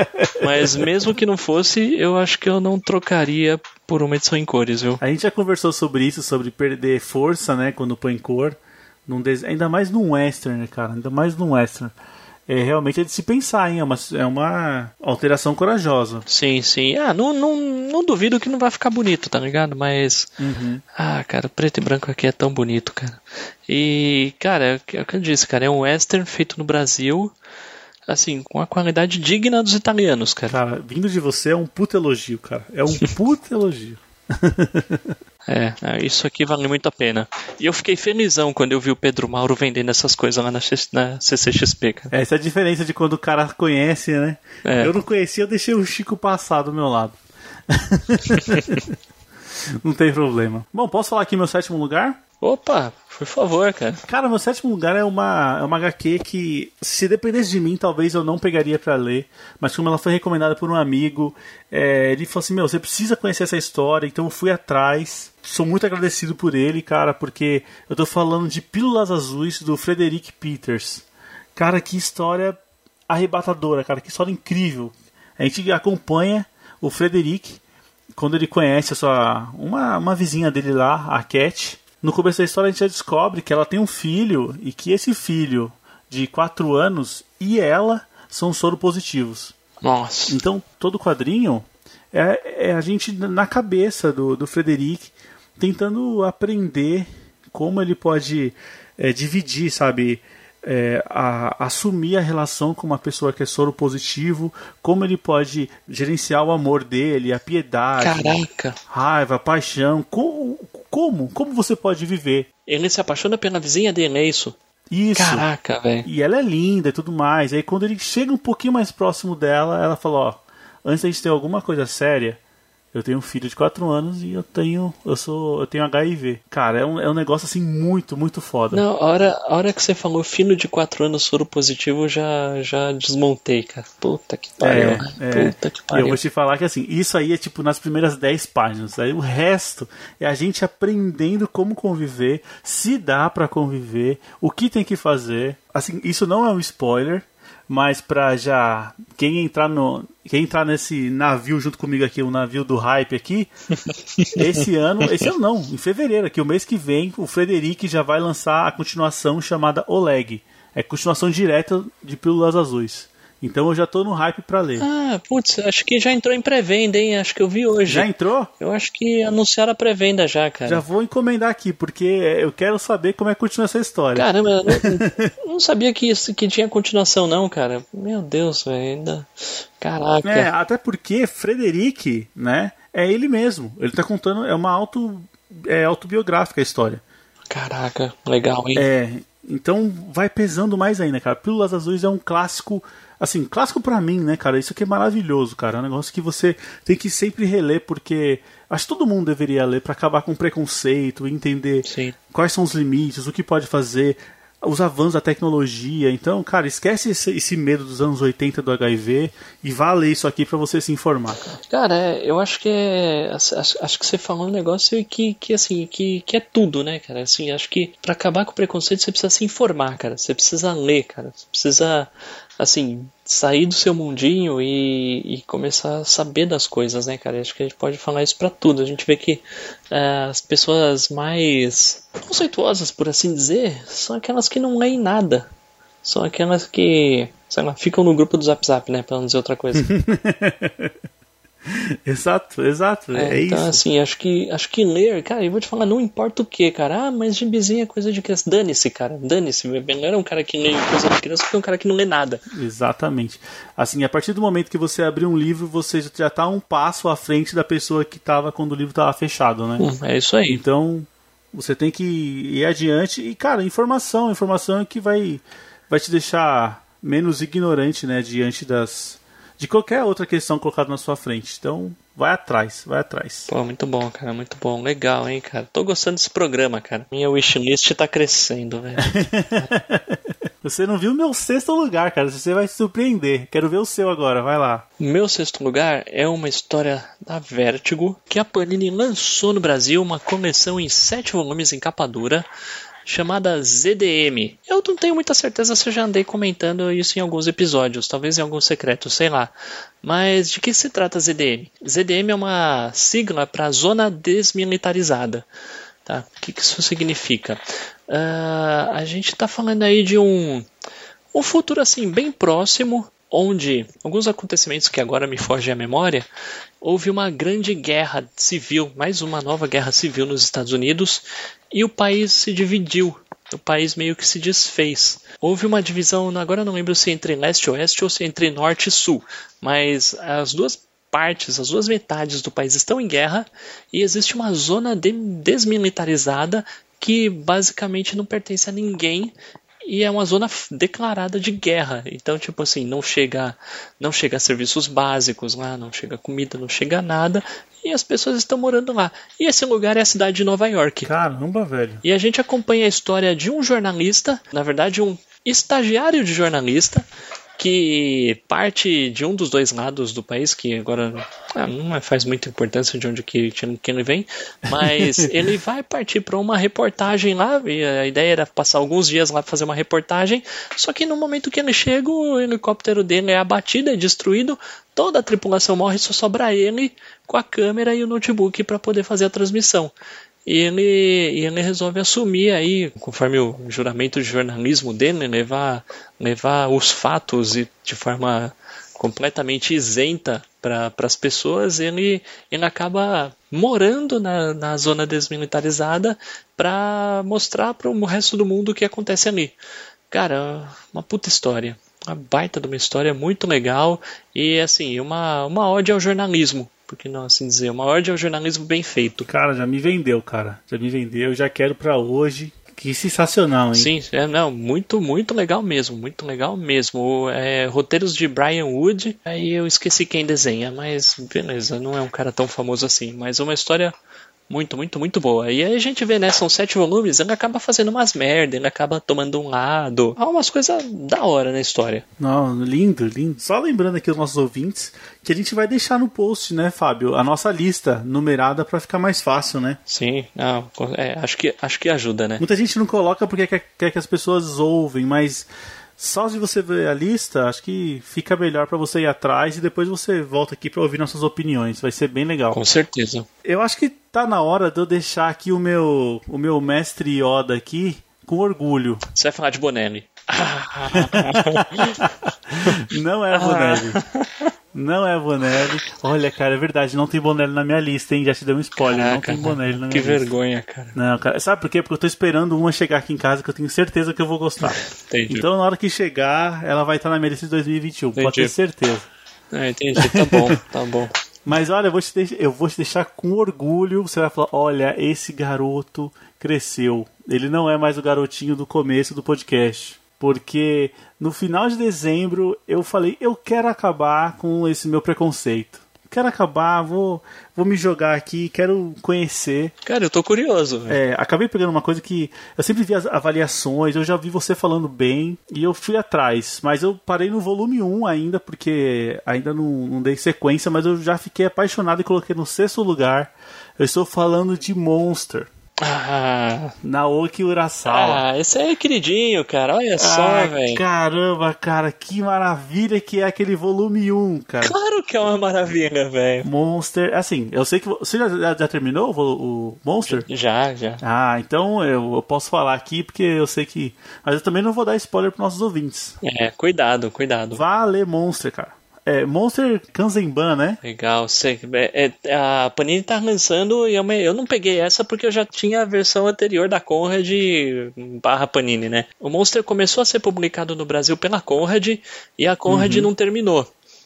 S2: Mas mesmo que não fosse, eu acho que eu não trocaria por uma edição em cores, viu?
S1: A gente já conversou sobre isso, sobre perder força, né, quando põe cor. Num des... Ainda mais num western, né, cara? Ainda mais num western. É, realmente é de se pensar, hein? É uma, é uma alteração corajosa.
S2: Sim, sim. Ah, não, não, não duvido que não vai ficar bonito, tá ligado? Mas...
S1: Uhum.
S2: Ah, cara, preto e branco aqui é tão bonito, cara. E, cara, é o que eu disse, cara. É um western feito no Brasil, assim, com a qualidade digna dos italianos, cara.
S1: Cara, vindo de você é um puto elogio, cara. É um puto elogio.
S2: É, isso aqui vale muito a pena. E eu fiquei felizão quando eu vi o Pedro Mauro vendendo essas coisas lá na, na C C X P, cara.
S1: Essa é a diferença de quando o cara conhece, né? É. Eu não conhecia, eu deixei o Chico passar do meu lado. Não tem problema. Bom, posso falar aqui meu sétimo lugar?
S2: Opa, por favor, cara.
S1: Cara, meu sétimo lugar é uma, é uma H Q que, se dependesse de mim, talvez eu não pegaria pra ler. Mas como ela foi recomendada por um amigo, é, ele falou assim, meu, você precisa conhecer essa história. Então eu fui atrás. Sou muito agradecido por ele, cara, porque eu tô falando de Pílulas Azuis, do Frederick Peters. Cara, que história arrebatadora, cara. Que história incrível. A gente acompanha o Frederick quando ele conhece a sua, uma, uma vizinha dele lá, a Cat. No começo da história a gente já descobre que ela tem um filho e que esse filho de quatro anos e ela são soropositivos.
S2: Nossa.
S1: Então todo o quadrinho é, é a gente na cabeça do, do Frederick tentando aprender como ele pode é, dividir, sabe, é, a, assumir a relação com uma pessoa que é soropositivo, como ele pode gerenciar o amor dele, a piedade,
S2: caraca,
S1: raiva, paixão, como, como, como você pode viver.
S2: Ele se apaixona pela vizinha dele, é isso?
S1: Isso.
S2: Caraca, velho.
S1: E ela é linda e tudo mais. Aí quando ele chega um pouquinho mais próximo dela, ela fala, ó, antes da gente ter alguma coisa séria, eu tenho um filho de quatro anos e eu tenho eu sou eu tenho H I V. Cara, é um, é um negócio assim muito, muito foda.
S2: Não, a hora, a hora que você falou filho de quatro anos soro positivo, eu já, já desmontei, cara. Puta que pariu.
S1: É, é.
S2: Puta que pariu.
S1: Eu vou te falar que assim, isso aí é tipo nas primeiras dez páginas. Aí o resto é a gente aprendendo como conviver, se dá pra conviver, o que tem que fazer. Assim, isso não é um spoiler, Mas pra já... Quem entrar, no, quem entrar nesse navio junto comigo aqui, o navio do hype aqui, esse ano... Esse ano não, em fevereiro aqui, o mês que vem, o Frederic já vai lançar a continuação chamada Oleg. É continuação direta de Pílulas Azuis. Então eu já tô no hype pra ler.
S2: Ah, putz, acho que já entrou em pré-venda, hein? Acho que eu vi hoje.
S1: Já entrou?
S2: Eu acho que anunciaram a pré-venda já, cara.
S1: Já vou encomendar aqui, porque eu quero saber como é que continua essa história.
S2: Caramba, eu não, não sabia que, isso, que tinha continuação não, cara. Meu Deus, velho, ainda... Caraca.
S1: É, até porque Frederic, né, é ele mesmo. Ele tá contando, é uma auto, é, autobiográfica a história.
S2: Caraca, legal, hein?
S1: É, então vai pesando mais ainda, cara. Pílulas Azuis é um clássico... Assim, clássico pra mim, né, cara? Isso aqui é maravilhoso, cara. É um negócio que você tem que sempre reler, porque acho que todo mundo deveria ler pra acabar com o preconceito, entender
S2: Sim.
S1: quais são os limites, o que pode fazer, os avanços da tecnologia. Então, cara, esquece esse, esse medo dos anos oitenta do H I V e vá ler isso aqui pra você se informar, cara.
S2: Cara, é, eu acho que é... Acho, acho que você falou um negócio que, que assim, que, que é tudo, né, cara? Assim, acho que pra acabar com o preconceito você precisa se informar, cara. Você precisa ler, cara. Você precisa... assim, sair do seu mundinho e, e começar a saber das coisas, né, cara? Acho que a gente pode falar isso pra tudo. A gente vê que uh, as pessoas mais conceituosas, por assim dizer, são aquelas que não leem nada. São aquelas que, sei lá, ficam no grupo do Zap Zap, né, pra não dizer outra coisa.
S1: Exato, exato, é, é
S2: então,
S1: isso.
S2: assim, acho que, acho que ler, cara, eu vou te falar, não importa o que, cara. Ah, mas gibizinho é coisa de criança. Dane-se, cara, dane-se. Melhor é um cara que lê coisa de criança do que um cara que não lê nada.
S1: Exatamente. Assim, a partir do momento que você abrir um livro, você já tá um passo à frente da pessoa que tava quando o livro tava fechado, né?
S2: Hum, é isso aí.
S1: Então, você tem que ir adiante e, cara, informação, informação é que vai, vai te deixar menos ignorante, né, diante das... de qualquer outra questão colocada na sua frente. Então, vai atrás, vai atrás.
S2: Pô, muito bom, cara, muito bom. Legal, hein, cara. Tô gostando desse programa, cara. Minha wishlist tá crescendo, velho.
S1: Você não viu o meu sexto lugar, cara. Você vai se surpreender. Quero ver o seu agora, vai lá.
S2: Meu sexto lugar é uma história da Vertigo, que a Panini lançou no Brasil uma coleção em sete volumes em capa dura, chamada Z D M. Eu não tenho muita certeza se eu já andei comentando isso em alguns episódios, talvez em algum secreto, sei lá. Mas de que se trata Z D M? Z D M é uma sigla para Zona Desmilitarizada. Tá? O que isso significa? Uh, a gente está falando aí de um, um futuro assim bem próximo, onde alguns acontecimentos que agora me fogem à memória, houve uma grande guerra civil, mais uma nova guerra civil nos Estados Unidos, e o país se dividiu, o país meio que se desfez. Houve uma divisão, agora eu não lembro se entre leste e oeste ou se entre norte e sul, mas as duas partes, as duas metades do país estão em guerra e existe uma zona de- desmilitarizada que basicamente não pertence a ninguém e é uma zona declarada de guerra. Então, tipo assim, não chega, não chega a serviços básicos lá, não chega comida, não chega nada, e as pessoas estão morando lá. E esse lugar é a cidade de Nova York.
S1: Caramba, velho.
S2: E a gente acompanha a história de um jornalista, na verdade um estagiário de jornalista, que parte de um dos dois lados do país, que agora ah, não faz muita importância de onde que, que ele vem, mas ele vai partir para uma reportagem lá, e a ideia era passar alguns dias lá para fazer uma reportagem, só que no momento que ele chega, o helicóptero dele é abatido, é destruído, toda a tripulação morre, só sobra ele com a câmera e o notebook para poder fazer a transmissão. E ele, ele resolve assumir aí, conforme o juramento de jornalismo dele, levar, levar os fatos e de forma completamente isenta para as pessoas. Ele, ele acaba morando na, na zona desmilitarizada para mostrar para o resto do mundo o que acontece ali. Cara, uma puta história. Uma baita de uma história muito legal e assim, uma, uma ode ao jornalismo. Por que não assim dizer? Uma ode ao jornalismo bem feito.
S1: Cara, já me vendeu, cara. Já me vendeu, já quero pra hoje. Que sensacional, hein?
S2: Sim, é, não, muito, muito legal mesmo. Muito legal mesmo. É, roteiros de Brian Wood. Aí eu esqueci quem desenha, mas beleza, não é um cara tão famoso assim. Mas uma história muito, muito, muito boa. E aí a gente vê, né, são sete volumes, ele acaba fazendo umas merda, ele acaba tomando um lado. Há umas coisas da hora na história.
S1: Não, lindo, lindo. Só lembrando aqui os nossos ouvintes que a gente vai deixar no post, né, Fábio, a nossa lista numerada pra ficar mais fácil, né?
S2: Sim, não, é, acho, que, acho que ajuda, né?
S1: Muita gente não coloca porque quer, quer que as pessoas ouvem, mas Só de você ver a lista, acho que fica melhor pra você ir atrás e depois você volta aqui pra ouvir nossas opiniões. Vai ser bem legal.
S2: Com certeza.
S1: Eu acho que tá na hora de eu deixar aqui o meu, o meu mestre Yoda aqui com orgulho.
S2: Você vai falar de Bonelli.
S1: Não é Bonelli. Não é Bonelli. Olha, cara, é verdade, não tem Bonelli na minha lista, hein? Já te dei um spoiler, Caraca, não tem Bonelli na minha
S2: que
S1: lista.
S2: Que vergonha, cara.
S1: Não, cara, sabe por quê? Porque eu tô esperando uma chegar aqui em casa que eu tenho certeza que eu vou gostar.
S2: Entendi.
S1: Então, na hora que chegar, ela vai estar na minha lista de dois mil e vinte e um, entendi. Pode ter certeza.
S2: Ah, entendi, tá bom, tá bom.
S1: Mas olha, eu vou, te deixar, eu vou te deixar com orgulho. Você vai falar, olha, esse garoto cresceu. Ele não é mais o garotinho do começo do podcast. Porque no final de dezembro eu falei, eu quero acabar com esse meu preconceito. Quero acabar, vou, vou me jogar aqui, quero conhecer.
S2: Cara, eu tô curioso.
S1: É, acabei pegando uma coisa que eu sempre vi as avaliações, eu já vi você falando bem e eu fui atrás. Mas eu parei no volume um ainda, porque ainda não, não dei sequência, mas eu já fiquei apaixonado e coloquei no sexto lugar. Eu estou falando de Monster.
S2: Ah,
S1: Naoki Urasawa.
S2: Ah, esse aí é queridinho, cara. Olha ah, só, velho.
S1: Caramba, cara, que maravilha que é aquele volume um, cara.
S2: Claro que é uma maravilha, velho.
S1: Monster, assim, eu sei que você já, já terminou o, o Monster?
S2: Já, já.
S1: Ah, então eu, eu posso falar aqui porque eu sei que. Mas eu também não vou dar spoiler pros nossos ouvintes.
S2: É, cuidado, cuidado.
S1: Vá ler Monster, cara. É, Monster Kanzenban, né?
S2: Legal. Você, é, é, a Panini tá lançando e eu, me, eu não peguei essa porque eu já tinha a versão anterior da Conrad barra Panini, né? O Monster começou a ser publicado no Brasil pela Conrad e a Conrad uhum. não terminou.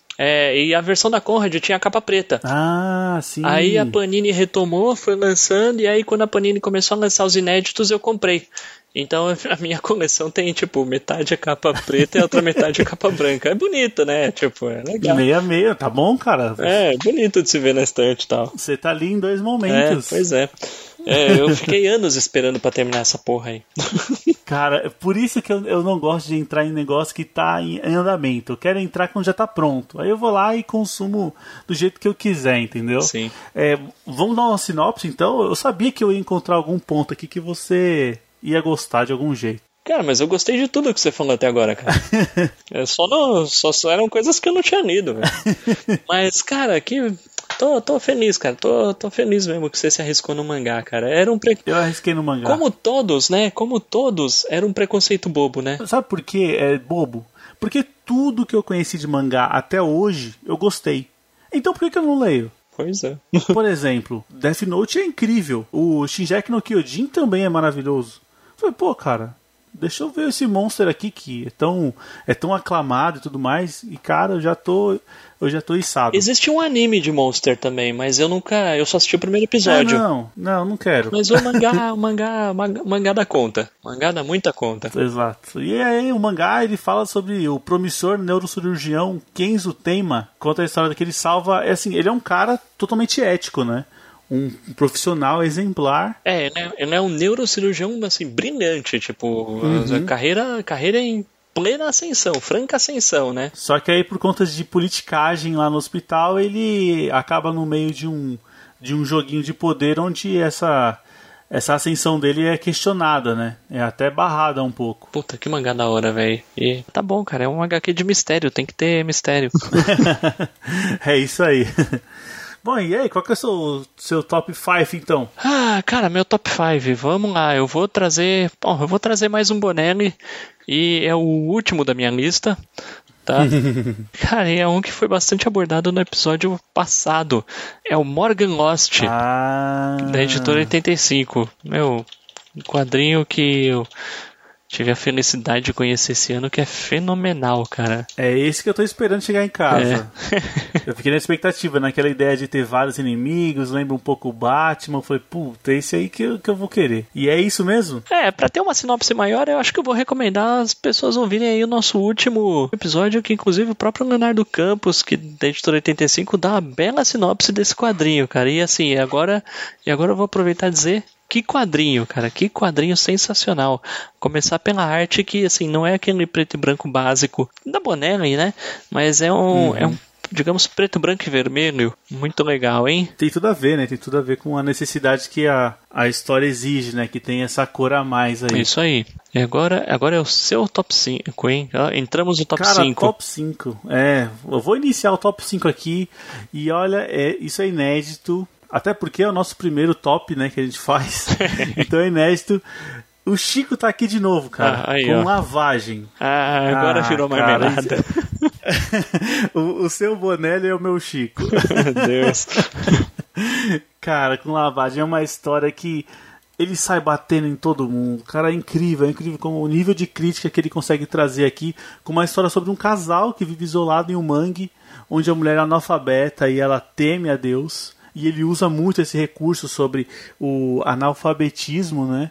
S2: É, e a versão da Conrad tinha a capa preta.
S1: Ah, sim.
S2: Aí a Panini retomou, foi lançando, e aí quando a Panini começou a lançar os inéditos, eu comprei. Então a minha coleção tem, tipo, metade a capa preta e a outra metade a capa branca. É bonito, né? Tipo, é legal.
S1: Meia meia, tá bom, cara?
S2: É, bonito de se ver na estante e tal.
S1: Você tá ali em dois momentos.
S2: É, pois é. É, eu fiquei anos esperando pra terminar essa porra aí.
S1: Cara, por isso que eu, eu não gosto de entrar em negócio que tá em, em andamento. Eu quero entrar quando já tá pronto. Aí eu vou lá e consumo do jeito que eu quiser, entendeu?
S2: Sim.
S1: É, vamos dar uma sinopse, então? Eu sabia que eu ia encontrar algum ponto aqui que você ia gostar de algum jeito.
S2: Cara, mas eu gostei de tudo que você falou até agora, cara. é, só, não, só, só eram coisas que eu não tinha lido, velho. Mas, cara, que... Tô, tô feliz, cara. Tô, tô feliz mesmo que você se arriscou no mangá, cara. Era um pre...
S1: Eu arrisquei no mangá.
S2: Como todos, né? Como todos, era um preconceito bobo, né?
S1: Sabe por que é bobo? Porque tudo que eu conheci de mangá até hoje, eu gostei. Então por que, que eu não leio?
S2: Pois é.
S1: Por exemplo, Death Note é incrível. O Shingeki no Kyojin também é maravilhoso. Eu falei, pô, cara, deixa eu ver esse Monster aqui que é tão, é tão aclamado e tudo mais. E, cara, eu já tô... Eu já tô içado.
S2: Existe um anime de Monster também, mas eu nunca... Eu só assisti o primeiro episódio.
S1: É, não, não, não quero.
S2: Mas o mangá, o mangá, o mangá dá conta. O mangá dá muita conta.
S1: Exato. E aí o mangá, ele fala sobre o promissor neurocirurgião Kenzo Teima. Conta a história que ele salva... É assim, ele é um cara totalmente ético, né? Um profissional exemplar.
S2: É, ele é, ele é um neurocirurgião, assim, brilhante. Tipo, uhum. a carreira, carreira em... plena ascensão, franca ascensão, né?
S1: Só que aí por conta de politicagem lá no hospital, ele acaba no meio de um, de um joguinho de poder onde essa, essa ascensão dele é questionada, né? É até barrada um pouco.
S2: Puta, que mangá da hora, velho. E tá bom, cara, é um H Q de mistério, tem que ter mistério.
S1: É isso aí. Bom, e aí, qual que é o seu, seu top cinco, então?
S2: Ah, cara, meu top cinco, vamos lá, eu vou trazer... Bom, eu vou trazer mais um Bonelli, e é o último da minha lista, tá? Cara, é um que foi bastante abordado no episódio passado, é o Morgan Lost,
S1: ah.
S2: da editora oitenta e cinco. Meu, um quadrinho que eu... tive a felicidade de conhecer esse ano, que é fenomenal, cara.
S1: É esse que eu tô esperando chegar em casa.
S2: É.
S1: Eu fiquei na expectativa, naquela ideia de ter vários inimigos, lembra um pouco o Batman. Eu falei, puta, esse aí que eu, que eu vou querer. E é isso mesmo?
S2: É, pra ter uma sinopse maior, eu acho que eu vou recomendar as pessoas ouvirem aí o nosso último episódio, que inclusive o próprio Leonardo Campos, que da editora oitenta e cinco, dá uma bela sinopse desse quadrinho, cara. E assim, agora, e agora eu vou aproveitar e dizer... Que quadrinho, cara, que quadrinho sensacional. Começar pela arte que, assim, não é aquele preto e branco básico da Bonelli, né? Mas é um, uhum. é um digamos, preto, branco e vermelho. Muito legal, hein?
S1: Tem tudo a ver, né? Tem tudo a ver com a necessidade que a, a história exige, né? Que tem essa cor a mais aí.
S2: Isso aí. E agora, agora é o seu top cinco, hein? Entramos no top
S1: Cara,
S2: cinco.
S1: top cinco. É, eu vou iniciar o top cinco aqui. E olha, é, isso é inédito. Até porque é o nosso primeiro top, né? Que a gente faz. Então é inédito. O Chico tá aqui de novo, cara. Ah, aí, com ó. lavagem.
S2: Ah, agora ah, virou marmelada.
S1: o, o seu Bonelli é o meu Chico.
S2: Meu Deus.
S1: Cara, com lavagem é uma história que ele sai batendo em todo mundo. Cara, é incrível, é incrível como o nível de crítica que ele consegue trazer aqui, com uma história sobre um casal que vive isolado em um mangue, onde a mulher é analfabeta e ela teme a Deus. E ele usa muito esse recurso sobre o analfabetismo, né?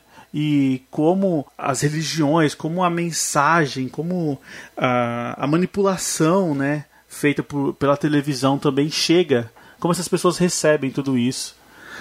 S1: E como as religiões, como a mensagem, como a, a manipulação, né, feita por, pela televisão também chega, como essas pessoas recebem tudo isso.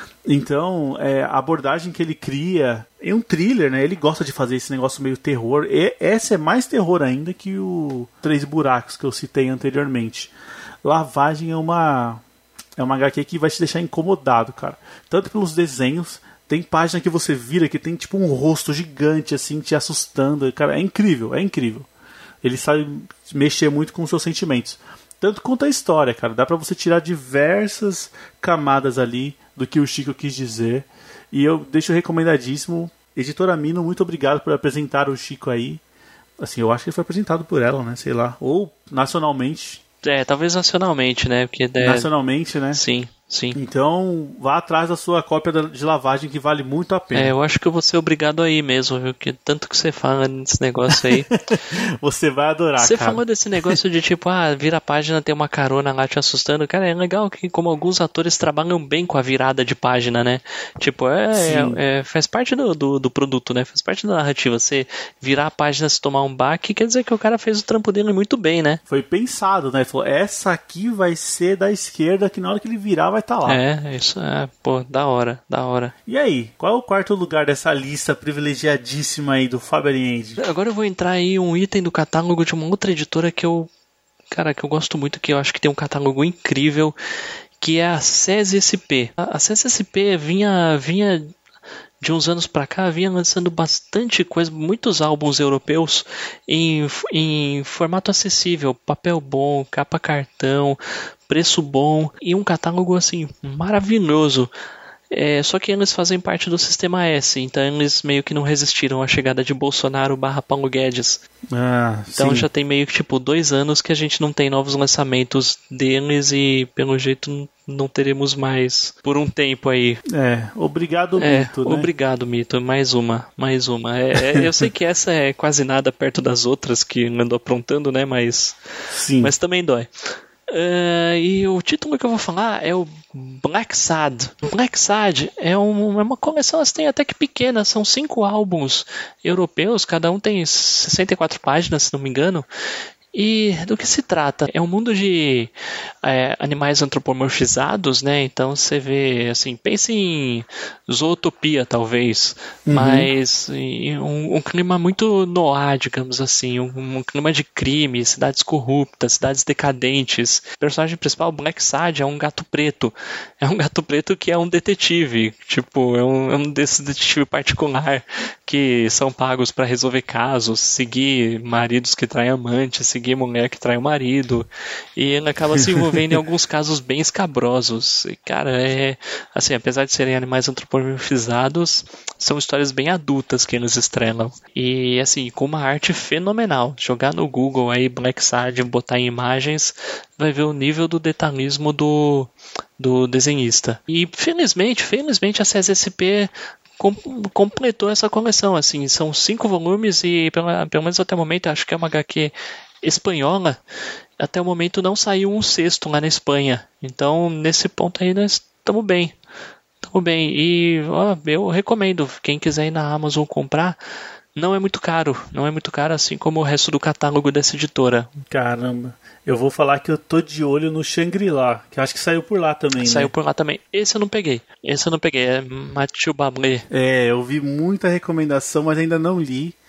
S1: Então, é, a abordagem que ele cria é um thriller, né? Ele gosta de fazer esse negócio meio terror. E essa é mais terror ainda que o Três Buracos que eu citei anteriormente. Lavagem é uma, é uma agá quê que vai te deixar incomodado, cara. Tanto pelos desenhos. Tem página que você vira que tem tipo um rosto gigante assim te assustando. Cara, é incrível, é incrível. Ele sabe mexer muito com os seus sentimentos. Tanto quanto a história, cara. Dá pra você tirar diversas camadas ali do que o Chico quis dizer. E eu deixo recomendadíssimo. Editora Mino, muito obrigado por apresentar o Chico aí. Assim, eu acho que ele foi apresentado por ela, né? Sei lá. Ou nacionalmente.
S2: É, talvez nacionalmente, né? Porque é...
S1: Nacionalmente, né?
S2: Sim. Sim.
S1: Então, vá atrás da sua cópia de lavagem que vale muito a pena.
S2: É, eu acho que eu vou ser obrigado aí mesmo, viu? Porque tanto que você fala nesse negócio aí.
S1: Você vai adorar,
S2: você
S1: cara.
S2: Você falou desse negócio de tipo, ah, vira a página, tem uma carona lá te assustando. Cara, é legal que como alguns atores trabalham bem com a virada de página, né? Tipo, é, é, é faz parte do, do, do produto, né? Faz parte da narrativa. Você virar a página, se tomar um baque, quer dizer que o cara fez o trampo dele muito bem, né?
S1: Foi pensado, né? Ele falou, essa aqui vai ser da esquerda, que na hora que ele virar vai estar lá.
S2: É, isso é, pô, da hora, da hora.
S1: E aí, qual é o quarto lugar dessa lista privilegiadíssima aí do Faber and
S2: Agora eu vou entrar aí um item do catálogo de uma outra editora que eu, cara, que eu gosto muito, que eu acho que tem um catálogo incrível, que é a SESI S P. A, a SESI S P vinha, vinha de uns anos pra cá, vinha lançando bastante coisa, muitos álbuns europeus em, em formato acessível, papel bom, capa cartão, preço bom e um catálogo assim maravilhoso. É, só que eles fazem parte do Sistema S, então eles meio que não resistiram à chegada de Bolsonaro barra Paulo Guedes.
S1: Ah,
S2: então
S1: sim.
S2: Já tem meio que tipo dois anos que a gente não tem novos lançamentos deles e pelo jeito não teremos mais por um tempo aí.
S1: É, obrigado
S2: é,
S1: Mito, né?
S2: Obrigado Mito, mais uma, mais uma. É, é, eu sei que essa é quase nada perto das outras que andou aprontando, né? Mas,
S1: sim.
S2: Mas também dói. Uh, e o título que eu vou falar é o Black Sad. Black Sad é, um, é uma coleção assim, até que pequena, são cinco álbuns europeus, cada um tem sessenta e quatro páginas, se não me engano. E do que se trata? É um mundo de é, animais antropomorfizados, né? Então você vê, assim, pense em Zootopia, talvez, uhum. mas um, um clima muito noir, digamos assim, um, um clima de crime, cidades corruptas, cidades decadentes. O personagem principal, Black Sad, é um gato preto. É um gato preto que é um detetive, tipo, é um, é um desses detetive particular que são pagos para resolver casos, seguir maridos que traem amantes, seguir mulher que trai o marido, e ele acaba se envolvendo em alguns casos bem escabrosos. E, cara, é assim, apesar de serem animais antropomorfizados, são histórias bem adultas que eles estrelam. E assim, com uma arte fenomenal. Jogar no Google aí Black Sad, botar em imagens, vai ver o nível do detalhismo do, do desenhista. E felizmente, felizmente a SESI S P completou essa coleção, assim, são cinco volumes e pelo, pelo menos até o momento, acho que é uma agá quê espanhola, até o momento não saiu um sexto lá na Espanha, então nesse ponto aí nós estamos bem, estamos bem, e ó, eu recomendo, quem quiser ir na Amazon comprar, não é muito caro, não é muito caro assim como o resto do catálogo dessa editora.
S1: Caramba, eu vou falar que eu tô de olho no Shangri-La, que eu acho que saiu por lá também,
S2: Saiu
S1: né?
S2: por lá também. Esse eu não peguei, esse eu não peguei, é Mathieu Bablé.
S1: É, eu vi muita recomendação, mas ainda não li.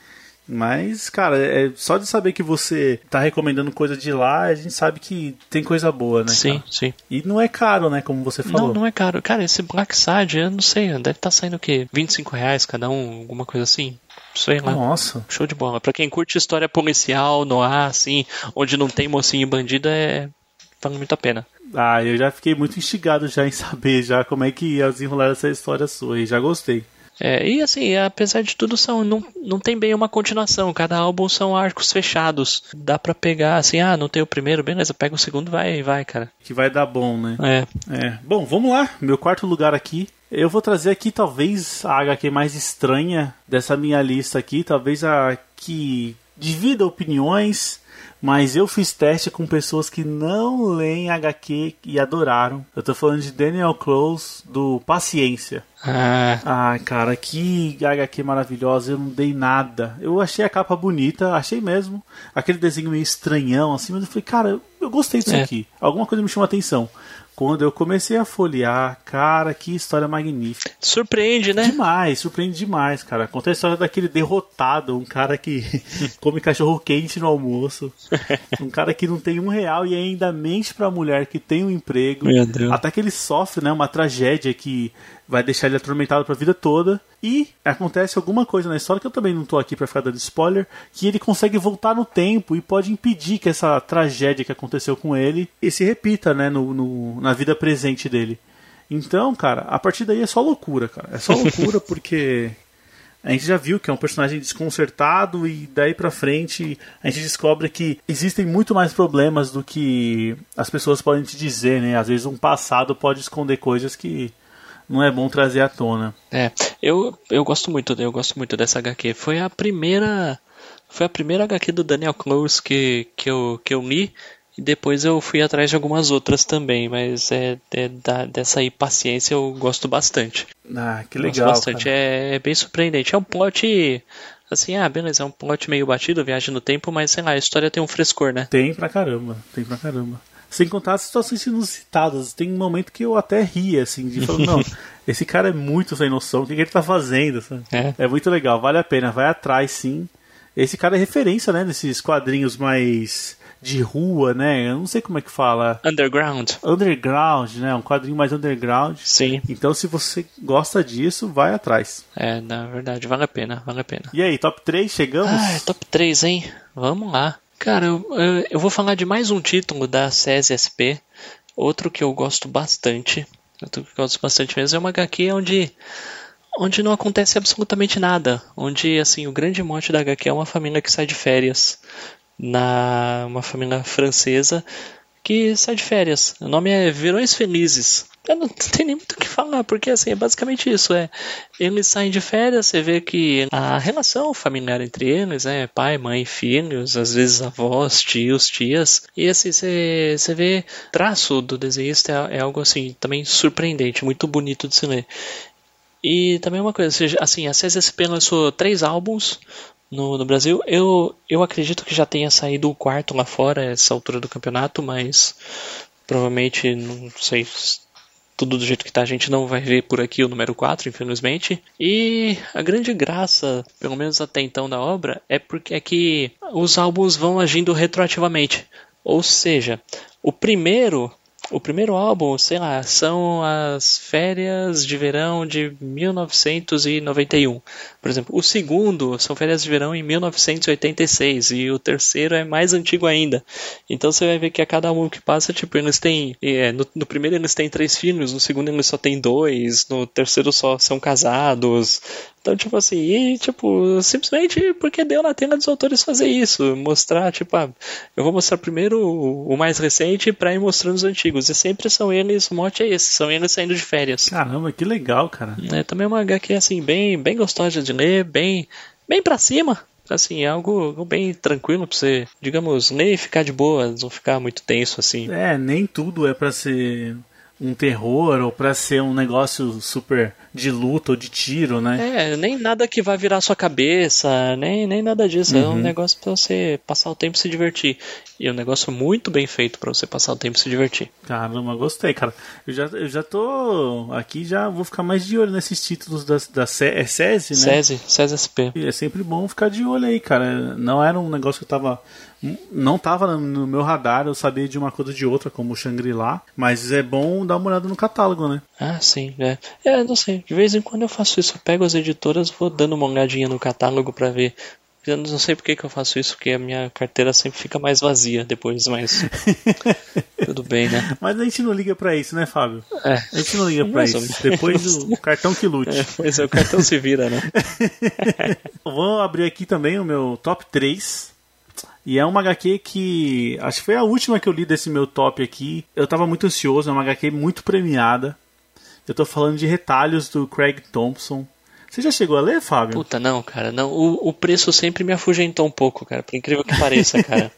S1: Mas, cara, é só de saber que você tá recomendando coisa de lá, a gente sabe que tem coisa boa, né?
S2: Sim,
S1: cara?
S2: sim.
S1: E não é caro, né? Como você falou.
S2: Não, não é caro. Cara, esse Black Side, eu não sei, deve estar saindo o quê? vinte e cinco reais cada um, alguma coisa assim? Sei lá.
S1: Nossa.
S2: Show de bola. Pra quem curte história policial, noir, assim, onde não tem mocinho e bandido, é... vale muito a pena.
S1: Ah, eu já fiquei muito instigado já em saber já como é que ia desenrolar essa história sua e já gostei.
S2: É, e assim, apesar de tudo, são, não, não tem bem uma continuação. Cada álbum são arcos fechados. Dá pra pegar assim, ah, não tem o primeiro, beleza, pega o segundo, vai, vai, cara.
S1: Que vai dar bom, né?
S2: É.
S1: É. Bom, vamos lá. Meu quarto lugar aqui. Eu vou trazer aqui talvez a H Q mais estranha dessa minha lista aqui. Talvez a que divida opiniões, mas eu fiz teste com pessoas que não leem H Q e adoraram. Eu tô falando de Daniel Close, do Paciência.
S2: Ah.
S1: Ai, cara, que H Q maravilhosa, eu não dei nada. Eu achei a capa bonita, achei mesmo. Aquele desenho meio estranhão, assim, mas eu falei, cara, eu gostei disso
S2: é.
S1: aqui. Alguma coisa me chamou a atenção. Quando eu comecei a folhear, cara, que história magnífica.
S2: Surpreende, né?
S1: Demais, surpreende demais, cara. Conta a história daquele derrotado, um cara que come cachorro quente no almoço. Um cara que não tem um real e ainda mente pra mulher que tem um emprego.
S2: Meu Deus.
S1: Até que ele sofre, né, uma tragédia que vai deixar ele atormentado pra vida toda. E acontece alguma coisa na história, que eu também não tô aqui pra ficar dando spoiler, que ele consegue voltar no tempo e pode impedir que essa tragédia que aconteceu com ele e se repita, né, no, no, na vida presente dele. Então, cara, a partir daí é só loucura, cara. É só loucura porque a gente já viu que é um personagem desconcertado e daí pra frente a gente descobre que existem muito mais problemas do que as pessoas podem te dizer, né? Às vezes um passado pode esconder coisas que não é bom trazer à tona.
S2: É, eu, eu gosto muito, eu gosto muito dessa H Q. Foi a primeira, foi a primeira H Q do Daniel Close que, que, eu, que eu li, e depois eu fui atrás de algumas outras também, mas é, é da, dessa aí, Paciência, eu gosto bastante.
S1: Ah, que
S2: Gosto
S1: legal,
S2: bastante, é, é bem surpreendente. É um plot, assim, ah, beleza, é um plot meio batido, viagem no tempo, mas sei lá, a história tem um frescor, né?
S1: Tem pra caramba, tem pra caramba. Sem contar as situações inusitadas. Tem um momento que eu até ria, assim, de falar, não, esse cara é muito sem noção, o que, que ele tá fazendo? Sabe?
S2: É.
S1: É muito legal, vale a pena, vai atrás, sim. Esse cara é referência, né, nesses quadrinhos mais de rua, né, eu não sei como é que fala.
S2: Underground.
S1: Underground, né, um quadrinho mais underground.
S2: Sim.
S1: Então, se você gosta disso, vai atrás.
S2: É, na verdade, vale a pena, vale a pena.
S1: E aí, top três, chegamos?
S2: Ah, top três, hein? Vamos lá. Cara, eu, eu, eu vou falar de mais um título da SESI S P, outro que eu gosto bastante, outro que eu gosto bastante mesmo, é uma H Q onde, onde não acontece absolutamente nada, onde, assim, o grande mote da H Q é uma família que sai de férias, na, uma família francesa que sai de férias, o nome é Verões Felizes. Eu não tenho nem muito o que falar, porque assim, é basicamente isso, é, eles saem de férias, você vê que a relação familiar entre eles, é pai, mãe, filhos, às vezes avós, tios, tias, e assim, você, você vê o traço do desenhista é, é algo assim, também surpreendente, muito bonito de se ler. E também uma coisa, assim, a SESI S P lançou três álbuns no, no Brasil, eu, eu acredito que já tenha saído o quarto lá fora, essa altura do campeonato, mas provavelmente, não sei, tudo do jeito que tá, a gente não vai ver por aqui o número quatro, infelizmente. E a grande graça, pelo menos até então da obra, é porque é que os álbuns vão agindo retroativamente. Ou seja, o primeiro, o primeiro álbum, sei lá, são as férias de verão de mil novecentos e noventa e um. Por exemplo, o segundo são férias de verão em mil novecentos e oitenta e seis e o terceiro é mais antigo ainda. Então você vai ver que a cada álbum que passa, tipo, eles têm, é, no, no primeiro eles têm três filhos, no segundo eles só têm dois, no terceiro só são casados. Então, tipo assim, e, tipo, simplesmente porque deu na tela dos autores fazer isso, mostrar, tipo, ah, eu vou mostrar primeiro o, o mais recente pra ir mostrando os antigos, e sempre são eles, o mote é esse, são eles saindo de férias.
S1: Caramba, que legal, cara.
S2: É também uma H Q, assim, bem, bem gostosa de ler, bem, bem pra cima, assim, é algo, algo bem tranquilo pra você, digamos, ler e ficar de boa, não ficar muito tenso, assim.
S1: É, nem tudo é pra ser um terror ou pra ser um negócio super de luta ou de tiro, né?
S2: É, nem nada que vai virar sua cabeça, nem, nem nada disso. Uhum. É um negócio pra você passar o tempo e se divertir. E é um negócio muito bem feito pra você passar o tempo e se divertir.
S1: Caramba, gostei, cara. Eu já, eu já tô aqui, já vou ficar mais de olho nesses títulos da, da é SESI, né?
S2: SESI, SESI S P.
S1: É sempre bom ficar de olho aí, cara. Não era um negócio que eu tava... Não tava no meu radar, eu sabia de uma coisa ou de outra, como o Shangri-La, mas é bom dar uma olhada no catálogo, né?
S2: Ah, sim, é. É, não sei, de vez em quando eu faço isso, eu pego as editoras, vou dando uma olhadinha no catálogo pra ver. Eu não sei por que, que eu faço isso, porque a minha carteira sempre fica mais vazia depois, mas tudo bem, né?
S1: Mas a gente não liga pra isso, né, Fábio?
S2: É.
S1: A gente não liga pra isso. Depois o cartão que lute.
S2: É, pois é, o cartão se vira, né?
S1: Vou abrir aqui também o meu top três. E é uma agá quê que... Acho que foi a última que eu li desse meu top aqui. Eu tava muito ansioso, é uma agá quê muito premiada. Eu tô falando de Retalhos, do Craig Thompson. Você já chegou a ler, Fábio?
S2: Puta, não, cara. Não. O, o preço sempre me afugentou um pouco, cara. Por incrível que pareça, cara.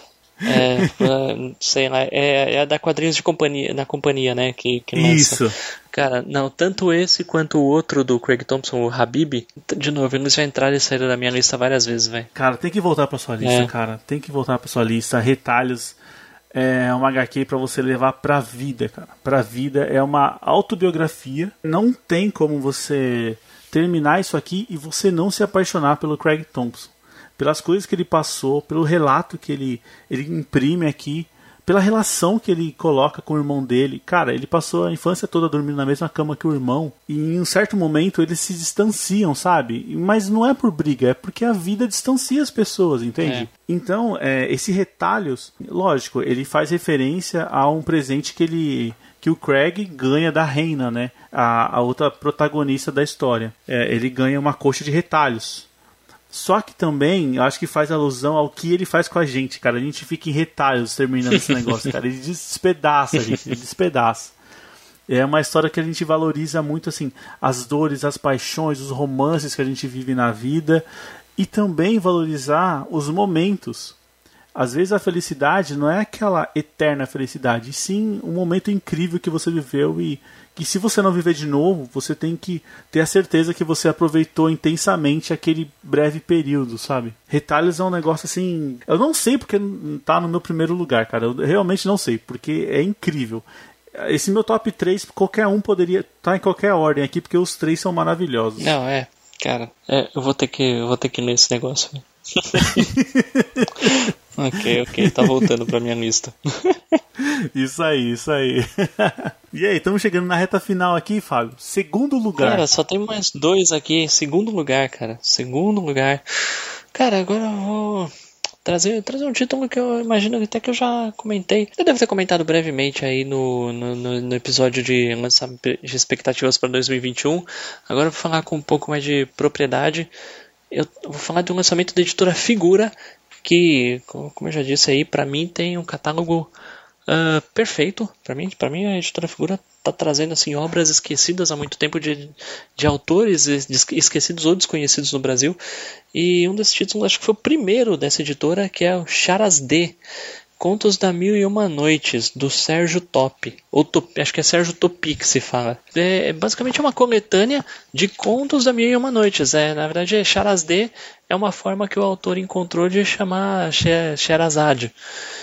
S2: É, sei lá, é, é da quadrinhos de companhia, da companhia, né, que, que lança.
S1: Isso.
S2: Cara, não, tanto esse quanto o outro do Craig Thompson, o Habib, de novo, eles já entraram e saíram da minha lista várias vezes, velho.
S1: Cara, tem que voltar pra sua lista, é. cara. Tem que voltar pra sua lista. Retalhos é uma agá quê pra você levar pra vida, cara. Pra vida, é uma autobiografia. Não tem como você terminar isso aqui e você não se apaixonar pelo Craig Thompson. Pelas coisas que ele passou, pelo relato que ele, ele imprime aqui, pela relação que ele coloca com o irmão dele. Cara, ele passou a infância toda dormindo na mesma cama que o irmão, e em um certo momento eles se distanciam, sabe? Mas não é por briga, é porque a vida distancia as pessoas, entende? É. Então, é, esse Retalhos, lógico, ele faz referência a um presente que ele... que o Craig ganha da Reina, né? A, a outra protagonista da história. É, ele ganha uma coxa de retalhos. Só que também, eu acho que faz alusão ao que ele faz com a gente, cara. A gente fica em retalhos terminando esse negócio, cara. Ele despedaça a gente, ele despedaça. É uma história que a gente valoriza muito, assim, as dores, as paixões, os romances que a gente vive na vida. E também valorizar os momentos. Às vezes a felicidade não é aquela eterna felicidade, e sim um momento incrível que você viveu e que, se você não viver de novo, você tem que ter a certeza que você aproveitou intensamente aquele breve período, sabe? Retalhos é um negócio assim... Eu não sei porque tá no meu primeiro lugar, cara. Eu realmente não sei, porque é incrível. Esse meu top três, qualquer um poderia estar em qualquer ordem aqui, porque os três são maravilhosos.
S2: Não, é... Cara, é, eu vou ter que, eu vou ter que ler esse negócio. ok, ok, tá voltando pra minha lista.
S1: Isso aí, isso aí. E aí, estamos chegando na reta final aqui, Fábio. Segundo lugar.
S2: Cara, só tem mais dois aqui. Segundo lugar, cara. Segundo lugar. Cara, agora eu vou trazer, trazer um título que eu imagino até que eu já comentei. Eu devo ter comentado brevemente aí no, no, no episódio de lançamento de expectativas para dois mil e vinte e um. Agora eu vou falar com um pouco mais de propriedade. Eu vou falar de um lançamento da editora Figura, que, como eu já disse aí, para mim tem um catálogo uh, perfeito. Para mim, para mim a editora Figura está trazendo assim obras esquecidas há muito tempo de, de autores esquecidos ou desconhecidos no Brasil. E um desses títulos, acho que foi o primeiro dessa editora, que é o Charazde, Contos da Mil e Uma Noites, do Sérgio Top. Ou Top, acho que é Sérgio Topi que se fala. É, basicamente é uma coletânea de contos da Mil e Uma Noites. É, na verdade, Charazde é uma forma que o autor encontrou de chamar Sherazade.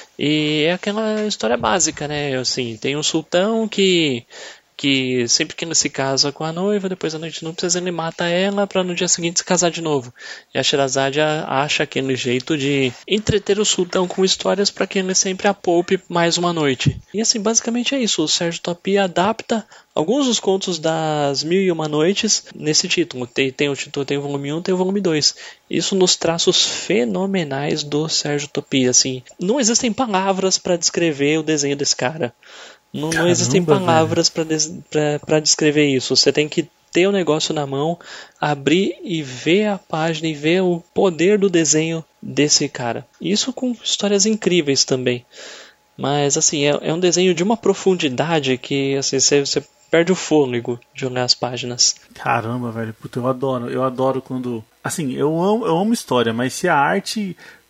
S2: E é aquela história básica, né? Assim, tem um sultão que... que sempre que ele se casa com a noiva, depois da noite de núpcias, ele mata ela para no dia seguinte se casar de novo. E a Sherazade acha aquele jeito de entreter o sultão com histórias para que ele sempre a poupe mais uma noite. E assim, basicamente é isso. O Sérgio Topi adapta alguns dos contos das Mil e Uma Noites nesse título. Tem, tem o título, tem o volume um, tem o volume dois. Isso nos traços fenomenais do Sérgio Topi. Assim, não existem palavras para descrever o desenho desse cara. Não, Caramba, não existem palavras para des, descrever isso. Você tem que ter o negócio na mão, abrir e ver a página e ver o poder do desenho desse cara. Isso com histórias incríveis também. Mas assim, é, é um desenho de uma profundidade que assim, você, você perde o fôlego de olhar as páginas. Caramba,
S1: velho, puta, eu adoro. Eu adoro quando... Assim, eu amo, eu amo história, mas se a arte...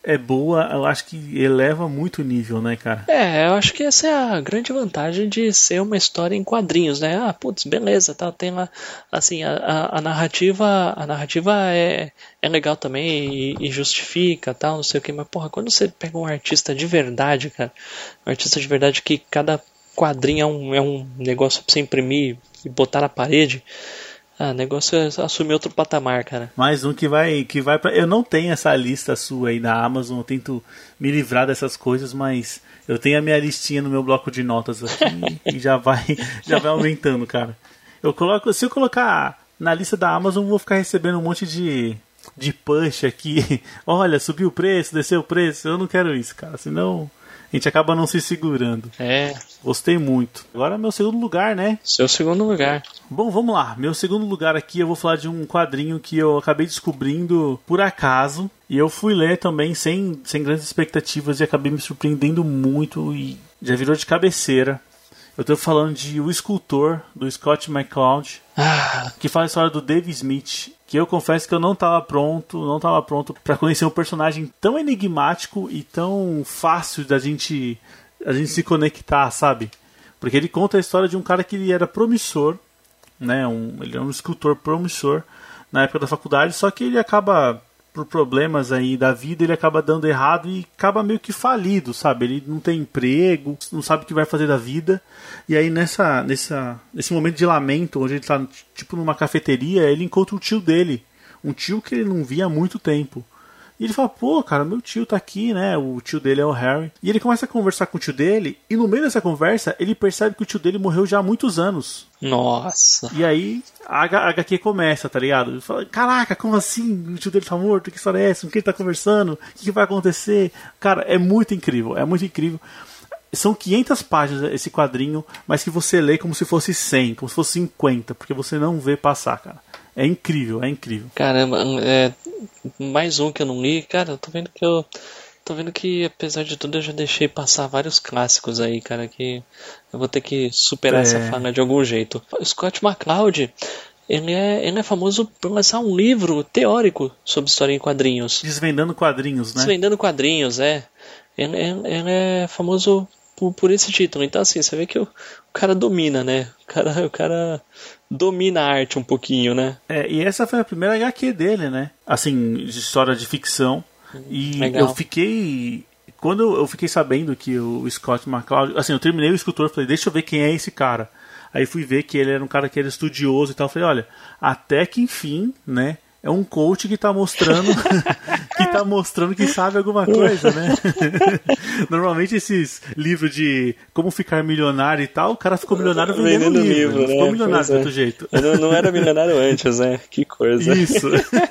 S1: é boa, eu acho que eleva muito o nível, né, cara?
S2: É, eu acho que essa é a grande vantagem de ser uma história em quadrinhos, né? Ah, putz, beleza, tá, tem lá, assim, a, a, a narrativa, a narrativa é, é legal também e, e justifica, tal, não sei o que, mas porra, quando você pega um artista de verdade, cara, um artista de verdade que cada quadrinho é um, é um negócio pra você imprimir e botar na parede. Ah, o negócio é assumir outro patamar, cara.
S1: Mais um que vai, que vai pra... Eu não tenho essa lista sua aí da Amazon, eu tento me livrar dessas coisas, mas eu tenho a minha listinha no meu bloco de notas aqui e já vai, já vai aumentando, cara. Eu coloco, se eu colocar na lista da Amazon, eu vou ficar recebendo um monte de, de push aqui. Olha, subiu o preço, desceu o preço. Eu não quero isso, cara, senão a gente acaba não se segurando.
S2: É.
S1: Gostei muito. Agora meu segundo lugar, né?
S2: Seu segundo lugar.
S1: Bom, vamos lá. Meu segundo lugar aqui eu vou falar de um quadrinho que eu acabei descobrindo por acaso. E eu fui ler também sem, sem grandes expectativas e acabei me surpreendendo muito e já virou de cabeceira. Eu tô falando de O Escultor, do Scott McCloud,
S2: Ah,
S1: que fala a história do Dave Smith, que eu confesso que eu não tava pronto, não tava pronto para conhecer um personagem tão enigmático e tão fácil da gente, a gente se conectar, sabe? Porque ele conta a história de um cara que ele era promissor, né? Um, ele é um escultor promissor na época da faculdade, só que ele acaba, por problemas aí da vida, ele acaba dando errado e acaba meio que falido, sabe? Ele não tem emprego, não sabe o que vai fazer da vida. E aí nessa, nessa, nesse momento de lamento, onde ele tá tipo numa cafeteria, ele encontra o tio dele, um tio que ele não via há muito tempo. E ele fala, pô, cara, meu tio tá aqui, né? O tio dele é o Harry. E ele começa a conversar com o tio dele, e no meio dessa conversa, ele percebe que o tio dele morreu já há muitos anos.
S2: nossa.
S1: E aí a H Q começa, tá ligado? Ele fala, caraca, como assim? O tio dele tá morto? Que história é essa? Com quem ele tá conversando? O que, que vai acontecer? Cara, é muito incrível, é muito incrível. São quinhentas páginas esse quadrinho, mas que você lê como se fosse cem, como se fosse cinquenta, porque você não vê passar, cara. É incrível, é incrível.
S2: Caramba, é, mais um que eu não li, cara, eu tô vendo que eu. Tô vendo que, apesar de tudo, eu já deixei passar vários clássicos aí, cara, que eu vou ter que superar
S1: É.
S2: essa falha de algum jeito. O Scott McCloud, ele é, ele é famoso por lançar um livro teórico sobre história em quadrinhos.
S1: Desvendando quadrinhos, né?
S2: Desvendando quadrinhos, é. Ele, ele- ele é famoso por, por esse título. Então, assim, você vê que o, o cara domina, né? O cara, o cara domina a arte um pouquinho, né?
S1: É, e essa foi a primeira H Q dele, né? Assim, de história de ficção. E
S2: Legal.
S1: eu fiquei... Quando eu fiquei sabendo que o Scott McCloud... Assim, eu terminei o escultor, falei, deixa eu ver quem é esse cara. Aí fui ver que ele era um cara que era estudioso e tal. Eu falei, olha, até que enfim, né? É um coach que tá mostrando que tá mostrando que sabe alguma coisa, né? Normalmente esses livros de como ficar milionário e tal, o cara ficou milionário vendendo,
S2: Vendendo
S1: livro,
S2: livro,
S1: não ficou
S2: né?
S1: milionário
S2: Pois
S1: de
S2: é.
S1: outro jeito.
S2: Eu não, não era milionário antes, né? Que coisa.
S1: Isso.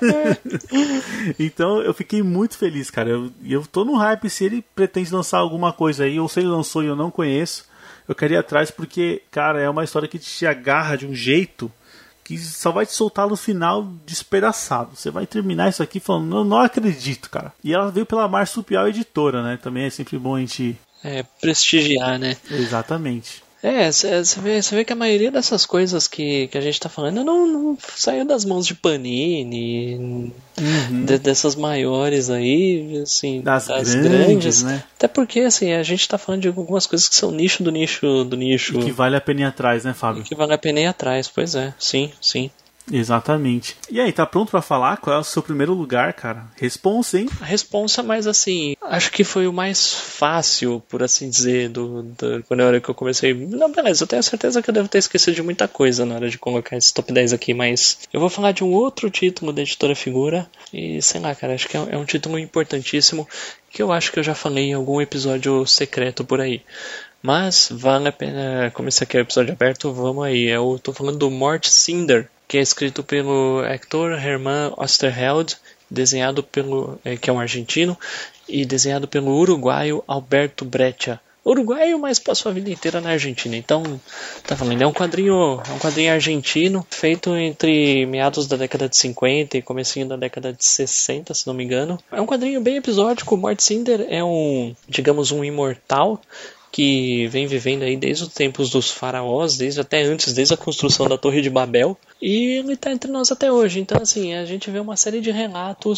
S1: Então eu fiquei muito feliz, cara. Eu, eu tô no hype se ele pretende lançar alguma coisa aí, ou se ele lançou e eu não conheço. Eu queria ir atrás porque, cara, é uma história que te agarra de um jeito que só vai te soltar no final despedaçado. Você vai terminar isso aqui falando, não, não acredito, cara. E ela veio pela Marsupial Editora, né? Também é sempre bom a gente...
S2: É, prestigiar, né?
S1: Exatamente.
S2: É, você vê, cê vê que a maioria dessas coisas que, que a gente tá falando não, não saiu das mãos de Panini,
S1: Uhum.
S2: de- dessas maiores aí, assim,
S1: Das
S2: das,
S1: grandes,
S2: grandes.
S1: né?
S2: Até porque, assim, a gente tá falando de algumas coisas que são nicho do nicho do nicho,
S1: E que vale a pena ir atrás, né, Fábio?
S2: que vale a pena ir atrás. Pois é, sim, sim.
S1: Exatamente. E aí, tá pronto pra falar qual é o seu primeiro lugar, cara? Responsa, hein?
S2: A responsa, mas assim, acho que foi o mais fácil, por assim dizer, do, do, quando na hora que eu comecei. Não, beleza, eu tenho certeza que eu devo ter esquecido de muita coisa na hora de colocar esse top dez aqui, mas eu vou falar de um outro título da editora Figura, e sei lá, cara, acho que é, é um título importantíssimo, que eu acho que eu já falei em algum episódio secreto por aí. Mas vale a pena, como esse aqui é o episódio aberto, vamos aí. Eu tô falando do Mort Cinder, que é escrito pelo Hector Herman Osterheld, desenhado pelo, é, que é um argentino, e desenhado pelo uruguaio Alberto Breccia. Uruguaio, mas passou a vida inteira na Argentina. Então, tá falando, é um quadrinho, é um quadrinho argentino, feito entre meados da década de cinquenta e comecinho da década de sessenta, se não me engano. É um quadrinho bem episódico. O Mort Cinder é um, digamos, um imortal que vem vivendo aí desde os tempos dos faraós, desde até antes, desde a construção da Torre de Babel, e ele está entre nós até hoje. Então, assim, a gente vê uma série de relatos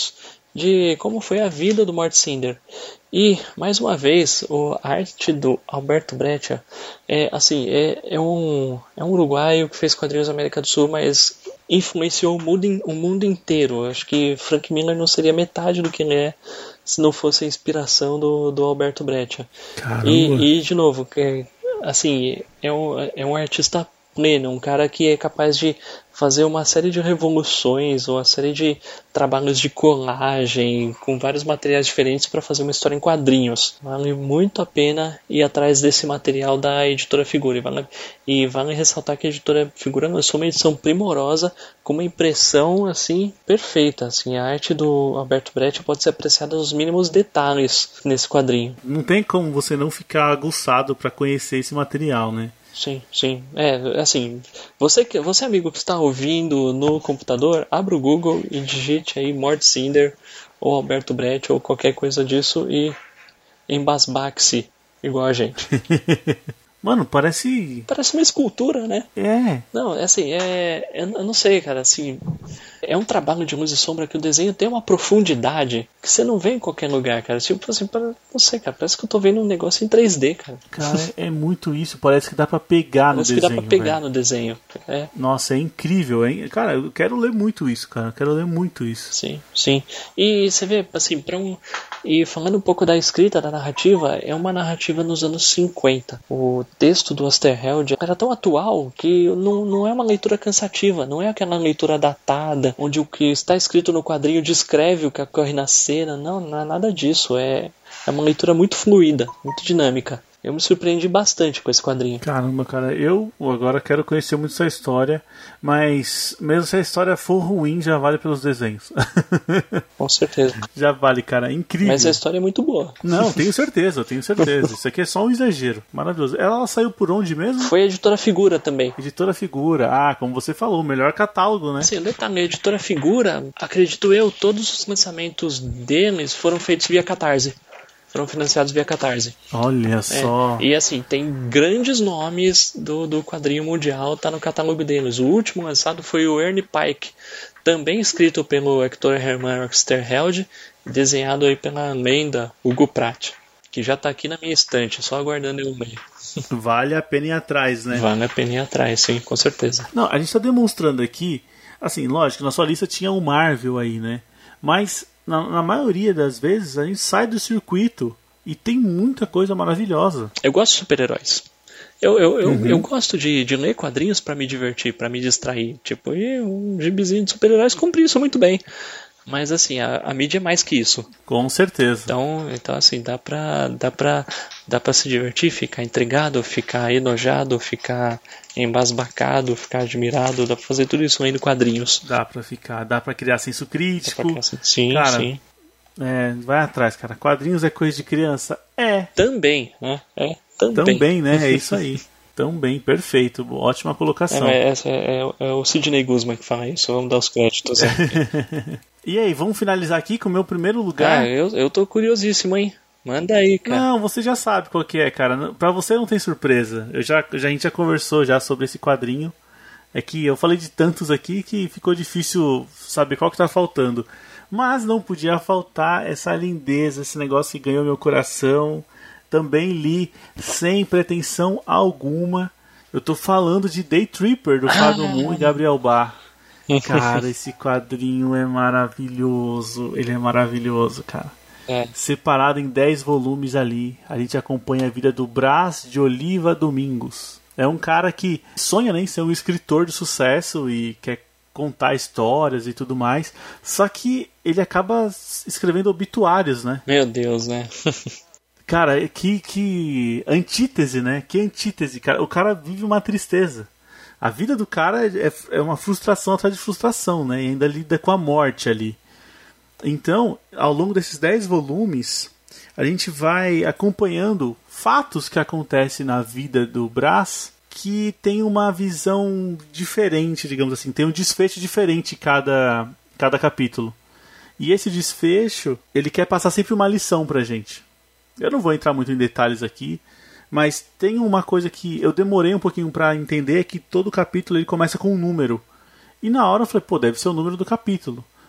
S2: de como foi a vida do Mort Cinder. E, mais uma vez, o, a arte do Alberto Breccia é, assim, é, é, um, é um uruguaio que fez quadrinhos na América do Sul, mas influenciou o mundo, o mundo inteiro. Acho que Frank Miller não seria metade do que ele é se não fosse a inspiração do, do Alberto Breccia. E, e, de novo, que, assim, é um, é um artista pleno, um cara que é capaz de fazer uma série de revoluções, uma série de trabalhos de colagem com vários materiais diferentes para fazer uma história em quadrinhos. Vale muito a pena ir atrás desse material da Editora Figura. E vale, e vale ressaltar que a Editora Figura lançou uma edição primorosa com uma impressão assim perfeita. Assim, a arte do Alberto Breccia pode ser apreciada nos mínimos detalhes nesse quadrinho.
S1: Não tem como você não ficar aguçado para conhecer esse material, né?
S2: Sim, sim. É, assim, você, você amigo que está ouvindo no computador, abra o Google e digite aí Mort Cinder ou Alberto Breccia ou qualquer coisa disso e embasbaque-se igual a gente.
S1: Mano, parece...
S2: Parece uma escultura, né?
S1: É.
S2: Não, é assim, é... Eu não sei, cara, assim... É um trabalho de luz e sombra que o desenho tem uma profundidade que você não vê em qualquer lugar, cara. Tipo assim, para não sei, cara, parece que eu tô vendo um negócio em três D, cara.
S1: Cara, é muito isso. Parece que dá pra pegar
S2: parece
S1: no desenho.
S2: Parece que dá pra pegar
S1: velho.
S2: no desenho. É.
S1: Nossa, é incrível, hein? Cara, eu quero ler muito isso, cara. Eu quero ler muito isso.
S2: Sim, sim. E você vê, assim, pra um... E falando um pouco da escrita, da narrativa, é uma narrativa nos anos cinquenta. O texto do Osterheld era tão atual que não, não é uma leitura cansativa, não é aquela leitura datada, onde o que está escrito no quadrinho descreve o que ocorre na cena. Não, não é nada disso. É, é uma leitura muito fluida, muito dinâmica. Eu me surpreendi bastante com esse quadrinho.
S1: Caramba, cara, eu agora quero conhecer muito essa história, mas mesmo se a história for ruim, já vale pelos desenhos.
S2: Com certeza.
S1: Já vale, cara, incrível.
S2: Mas a história é muito boa.
S1: Não, tenho certeza, tenho certeza. Isso aqui é só um exagero. Maravilhoso. Ela saiu por onde mesmo?
S2: Foi a Editora Figura também.
S1: Editora Figura. Ah, como você falou, o melhor catálogo, né?
S2: Sim, detalhe, a Editora Figura, acredito eu, todos os lançamentos deles foram feitos via Catarse. Foram financiados via Catarse.
S1: Olha só.
S2: É, e assim, tem grandes nomes do, do quadrinho mundial, tá no catálogo deles. O último lançado foi o Ernie Pike, também escrito pelo Hector Hermann Oesterheld, desenhado aí pela lenda Hugo Pratt, que já tá aqui na minha estante, só aguardando eu ler.
S1: Vale a pena ir atrás, né?
S2: Vale a pena ir atrás, sim, com certeza.
S1: Não, a gente tá demonstrando aqui, assim, lógico, na sua lista tinha o Marvel aí, né? Mas... Na, na maioria das vezes a gente sai do circuito e tem muita coisa maravilhosa.
S2: Eu gosto de super-heróis. Eu, eu, eu,
S1: uhum.
S2: eu gosto de, de ler quadrinhos pra me divertir, pra me distrair. Tipo, e um gibizinho de super-heróis cumpre isso muito bem. Mas assim, a, a mídia é mais que isso.
S1: Com certeza.
S2: Então, então assim, dá pra, dá, pra, dá pra se divertir, ficar intrigado, ficar enojado, ficar embasbacado, ficar admirado. Dá pra fazer tudo isso lendo quadrinhos.
S1: Dá pra ficar, dá pra criar senso crítico.
S2: Dá pra criar, sim,
S1: cara,
S2: sim.
S1: É, vai atrás, cara. Quadrinhos é coisa de criança? É.
S2: Também, né? É, também.
S1: Também, né? É isso aí. Também, perfeito. Ótima colocação.
S2: É, é, é, é o Sidney Guzman que fala isso. Vamos dar os créditos. Né?
S1: E aí, vamos finalizar aqui com o meu primeiro lugar?
S2: Ah, eu, eu tô curiosíssimo, hein? Manda aí, cara.
S1: Não, você já sabe qual que é, cara. Pra você não tem surpresa. Eu já, já, a gente já conversou já sobre esse quadrinho. É que eu falei de tantos aqui que ficou difícil saber qual que tá faltando. Mas não podia faltar essa lindeza, esse negócio que ganhou meu coração. Também li sem pretensão alguma. Eu tô falando de Day Tripper, do Fábio ah. Moon e Gabriel Bá. Cara, esse quadrinho é maravilhoso. Ele é maravilhoso, cara. É. Separado em dez volumes ali, a gente acompanha a vida do Brás de Oliva Domingos. É um cara que sonha, né, em ser um escritor de sucesso e quer contar histórias e tudo mais. Só que ele acaba escrevendo obituários, né?
S2: Meu Deus, né?
S1: Cara, que, que antítese, né? Que antítese, cara. O cara vive uma tristeza. A vida do cara é, é uma frustração atrás de frustração, né? E ainda lida com a morte ali. Então, ao longo desses dez volumes, a gente vai acompanhando fatos que acontecem na vida do Brás que tem uma visão diferente, digamos assim. Tem um desfecho diferente em cada, cada capítulo. E esse desfecho, ele quer passar sempre uma lição pra gente. Eu não vou entrar muito em detalhes aqui, mas tem uma coisa que eu demorei um pouquinho pra entender, é que todo capítulo ele começa com um número. E na hora eu falei, pô, deve ser o número do capítulo.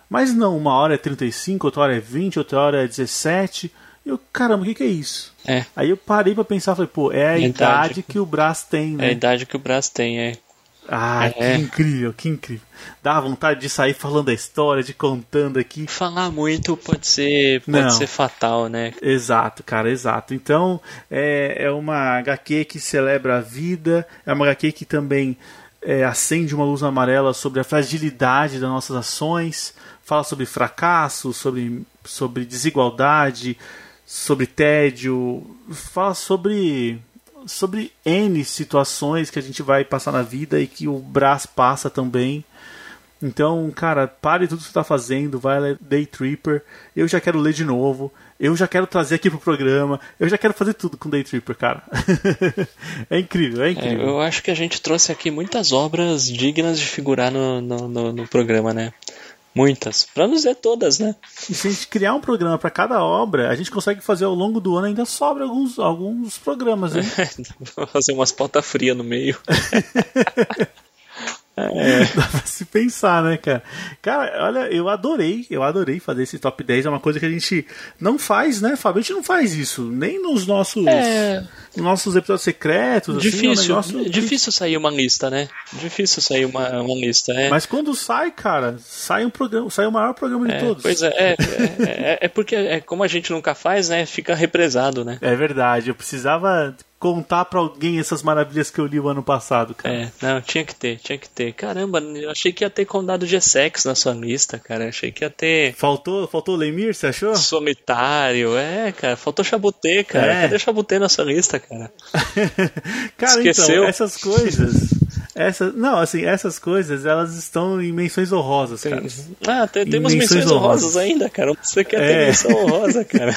S1: Mas não, uma hora é trinta e cinco, outra hora é vinte, outra hora é dezessete. E eu, caramba, o que, que é isso?
S2: É.
S1: Aí eu parei pra pensar, falei, pô, é a
S2: É
S1: idade
S2: idade.
S1: que o Brás tem, né?
S2: É a idade que o Brás tem, é.
S1: Ah,
S2: É.
S1: que incrível, que incrível. Dá vontade de sair falando a história, de contando aqui.
S2: Falar muito pode ser, pode
S1: Não.
S2: ser fatal, né?
S1: Exato, cara, exato. Então, é, é uma agá quê que celebra a vida, é uma agá quê que também é, acende uma luz amarela sobre a fragilidade das nossas ações, fala sobre fracasso, sobre, sobre desigualdade, sobre tédio, fala sobre... sobre N situações que a gente vai passar na vida e que o Brás passa também. Então, cara, pare tudo que você está fazendo, vai ler Day Tripper. Eu já quero ler de novo, eu já quero trazer aqui pro programa, eu já quero fazer tudo com Day Tripper, cara. É incrível, é
S2: É,
S1: incrível.
S2: eu acho que a gente trouxe aqui muitas obras dignas de figurar no, no, no, no programa, né? Muitas. Pra não dizer todas, né?
S1: E se a gente criar um programa para cada obra, a gente consegue fazer ao longo do ano, ainda sobra alguns, alguns programas, hein?
S2: Fazer umas pauta fria no meio.
S1: Dá pra se pensar, né, cara? Cara, olha, eu adorei, eu adorei fazer esse top dez. É uma coisa que a gente não faz, né, Fábio? A gente não faz isso, nem nos nossos,
S2: É.
S1: nos nossos episódios secretos. Assim, é um
S2: Difícil,
S1: negócio que-
S2: difícil sair uma lista, né? Difícil sair uma, uma lista, é.
S1: Mas quando sai, cara, sai um programa, sai o maior programa de
S2: É,
S1: todos.
S2: pois é, é, é, é, é porque é, como a gente nunca faz, né? Fica represado, né?
S1: É verdade, eu precisava contar pra alguém essas maravilhas que eu li o ano passado, cara.
S2: É, não, tinha que ter, tinha que ter. Caramba, eu achei que ia ter Condado de Essex na sua lista, cara. Eu achei que ia ter
S1: Faltou, faltou o Lemir, você achou?
S2: Solitário, é, cara. Faltou Chabutê, cara.
S1: É.
S2: Cadê Chabutê na sua lista, cara?
S1: Cara,
S2: Esqueceu?
S1: então, essas coisas. Essas, não, assim, essas coisas, elas estão em menções honrosas, cara.
S2: Ah, tem, temos
S1: menções
S2: menções honrosas
S1: honrosas.
S2: ainda, cara. Você quer ter
S1: É.
S2: menção honrosa, cara?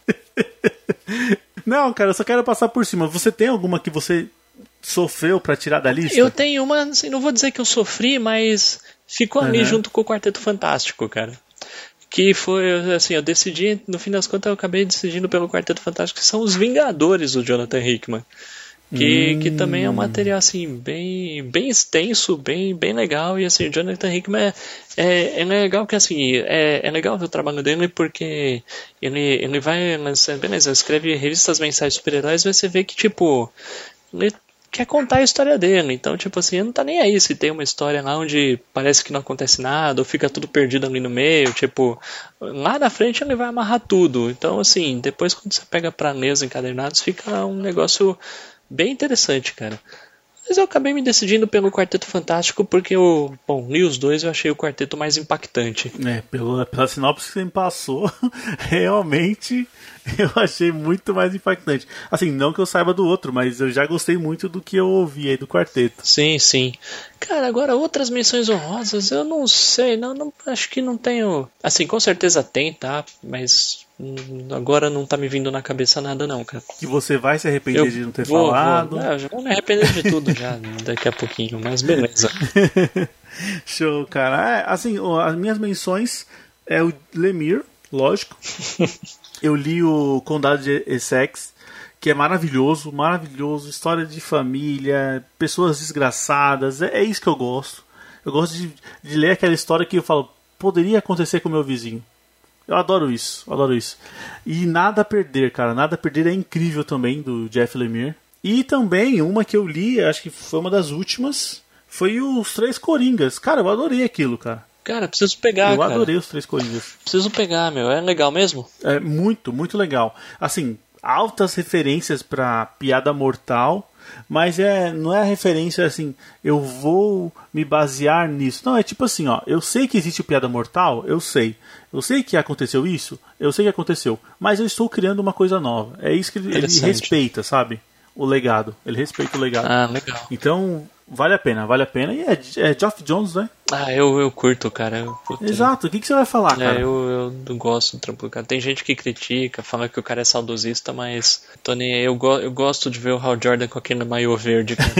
S1: Não, cara, eu só quero passar por cima. Você tem alguma que você sofreu pra tirar da lista?
S2: Eu tenho uma, assim, não vou dizer que eu sofri, mas ficou ali
S1: Uhum.
S2: junto com o Quarteto Fantástico, cara. Que foi, assim, eu decidi, no fim das contas eu acabei decidindo pelo Quarteto Fantástico, que são os Vingadores do Jonathan Hickman. Que,
S1: Hum.
S2: que também é um material, assim, bem, bem extenso, bem, bem legal. E, assim, o Jonathan Hickman é, é, é legal que, assim, é, é legal ver o trabalho dele porque ele, ele vai lançando, beleza, escreve revistas mensais de super-heróis, mas você vê que, tipo, ele quer contar a história dele. Então, tipo assim, ele não tá nem aí se tem uma história lá onde parece que não acontece nada, ou fica tudo perdido ali no meio, tipo, lá na frente ele vai amarrar tudo. Então, assim, depois quando você pega pra ler os encadernados, fica um negócio bem interessante, cara. Mas eu acabei me decidindo pelo Quarteto Fantástico porque eu, bom, li os dois e eu achei o quarteto mais impactante.
S1: É, pela, pela sinopse que você me passou, realmente eu achei muito mais impactante. Assim, não que eu saiba do outro, mas eu já gostei muito do que eu ouvi aí do quarteto.
S2: Sim, sim. Cara, agora outras menções honrosas, eu não sei, não, não acho que não tenho. Assim, com certeza tem, tá? Mas hum, agora não tá me vindo na cabeça nada, não, cara.
S1: Que você vai se arrepender
S2: Eu
S1: de não ter
S2: vou,
S1: falado.
S2: Vou. Ah, eu já vou me arrepender de tudo já daqui a pouquinho, mas beleza.
S1: Show, cara. É, assim, ó, as minhas menções é o Lemir, lógico. Eu li o Condado de Essex, que é maravilhoso, maravilhoso. História de família, pessoas desgraçadas. É, é isso que eu gosto. Eu gosto de, de ler aquela história que eu falo, poderia acontecer com o meu vizinho. Eu adoro isso, eu adoro isso. E Nada a Perder, cara. Nada a Perder é incrível também, do Jeff Lemire. E também uma que eu li, acho que foi uma das últimas, foi os Três Coringas. Cara, eu adorei aquilo, cara.
S2: Cara, preciso pegar,
S1: eu
S2: cara.
S1: adorei os Três Coringas.
S2: Preciso pegar, meu. É legal mesmo?
S1: É muito, muito legal. Assim, altas referências pra Piada Mortal, mas é, não é a referência assim, eu vou me basear nisso. Não, é tipo assim, ó, eu sei que existe o Piada Mortal, eu sei. Eu sei que aconteceu isso, eu sei que aconteceu, mas eu estou criando uma coisa nova. É isso que ele, ele respeita, sabe? O legado. Ele respeita o legado.
S2: Ah, legal.
S1: Então, vale a pena, vale a pena. E é, é Geoff Johns, né?
S2: Ah, eu, eu curto, cara. Eu, puta,
S1: Exato. O que, que você vai falar, cara?
S2: É, eu, eu gosto do trampo do cara. Tem gente que critica, fala que o cara é saudosista, mas Tony, eu, go, eu gosto de ver o Hal Jordan com aquele maiô verde, cara.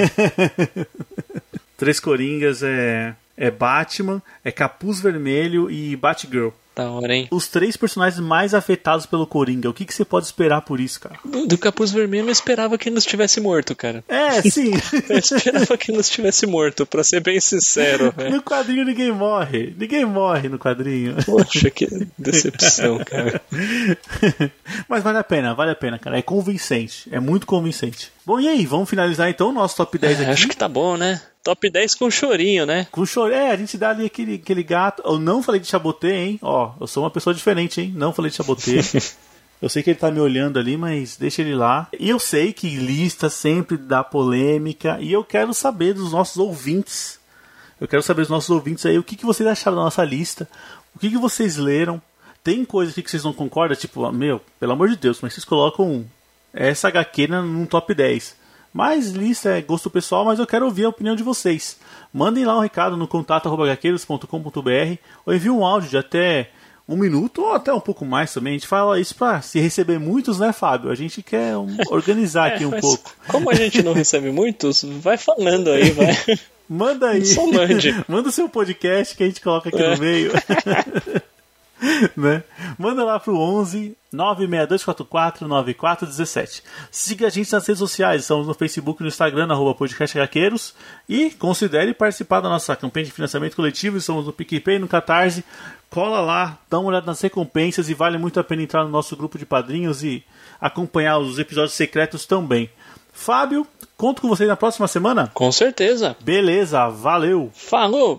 S1: Três Coringas é, é Batman, é Capuz Vermelho e Batgirl.
S2: Da hora, hein?
S1: Os três personagens mais afetados pelo Coringa. O que, que você pode esperar por isso, cara?
S2: Do, do Capuz Vermelho eu esperava que ele não estivesse morto, cara.
S1: É, sim.
S2: Eu esperava que ele não estivesse morto, pra ser bem sincero, velho.
S1: No quadrinho ninguém morre. Ninguém morre no quadrinho.
S2: Poxa, que decepção, cara.
S1: Mas vale a pena, vale a pena, cara. É convincente. É muito convincente. Bom, e aí? Vamos finalizar então o nosso top dez aqui?
S2: É, acho que tá bom, né? Top dez com chorinho, né?
S1: Com chorinho. É, a gente dá ali aquele, aquele gato. Eu não falei de Chabotê, hein? Ó, eu sou uma pessoa diferente, hein? Não falei de Chabotê. Eu sei que ele tá me olhando ali, mas deixa ele lá. E eu sei que lista sempre dá polêmica. E eu quero saber dos nossos ouvintes. Eu quero saber dos nossos ouvintes aí o que, que vocês acharam da nossa lista. O que, que vocês leram. Tem coisa aqui que vocês não concordam? Tipo, meu, pelo amor de Deus, mas vocês colocam essa agá quê num top dez. Mas lista é gosto pessoal, mas eu quero ouvir a opinião de vocês. Mandem lá um recado no contato arroba gaqueiros ponto com ponto br ou envie um áudio de até um minuto ou até um pouco mais também. A gente fala isso pra se receber muitos, né, Fábio? A gente quer um, organizar aqui
S2: é,
S1: um pouco.
S2: Como a gente não recebe muitos, vai falando aí, vai.
S1: Manda aí.
S2: Só mande.
S1: Manda o seu podcast que a gente coloca aqui é. no meio. Né? Manda lá pro onze nove seis dois quatro quatro nove quatro um sete. Siga a gente nas redes sociais, estamos no Facebook e no Instagram, arroba podcast Gaqueiros, e considere participar da nossa campanha de financiamento coletivo. Estamos no PicPay e no Catarse. Cola lá, dá uma olhada nas recompensas, e vale muito a pena entrar no nosso grupo de padrinhos e acompanhar os episódios secretos também. Fábio, conto com vocês na próxima semana?
S2: Com certeza.
S1: Beleza, valeu.
S2: Falou.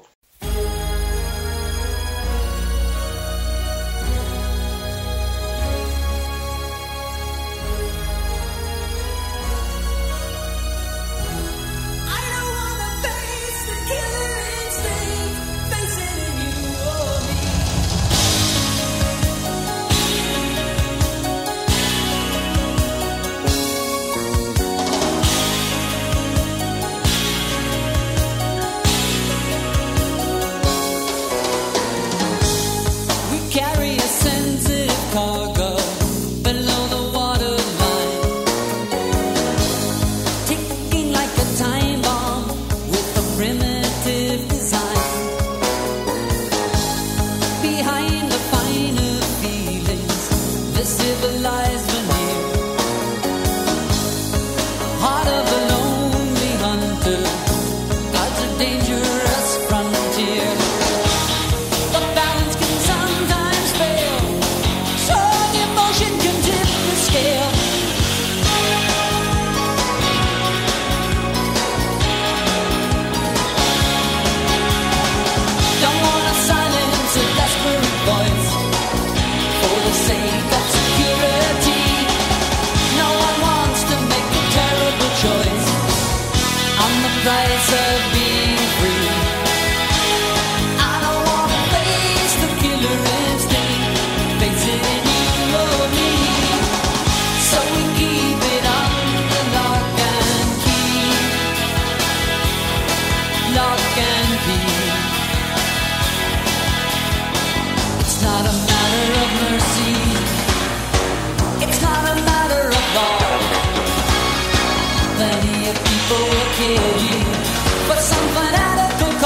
S5: Plenty of people will kill you, but some fanatical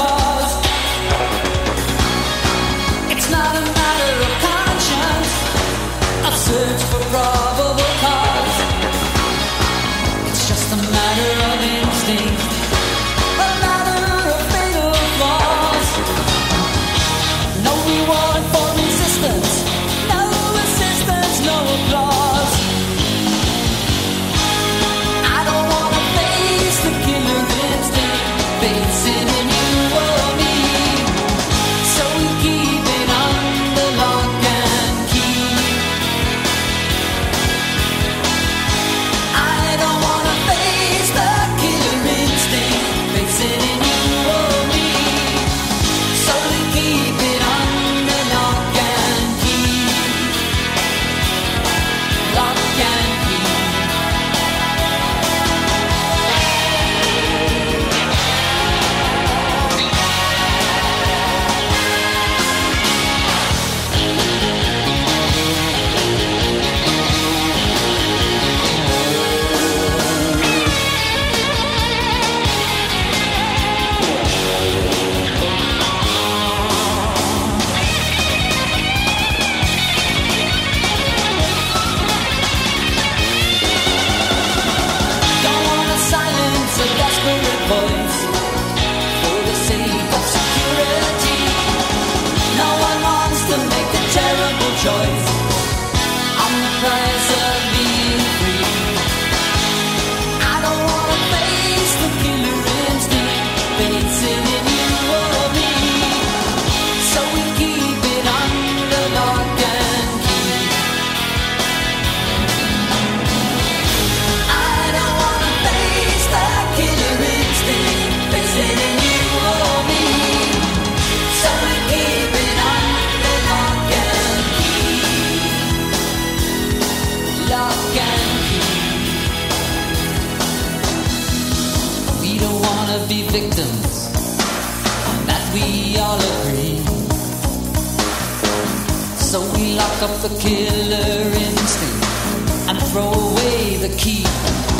S5: don't wanna be victims, and that we all agree. So we lock up the killer instinct and throw away the key.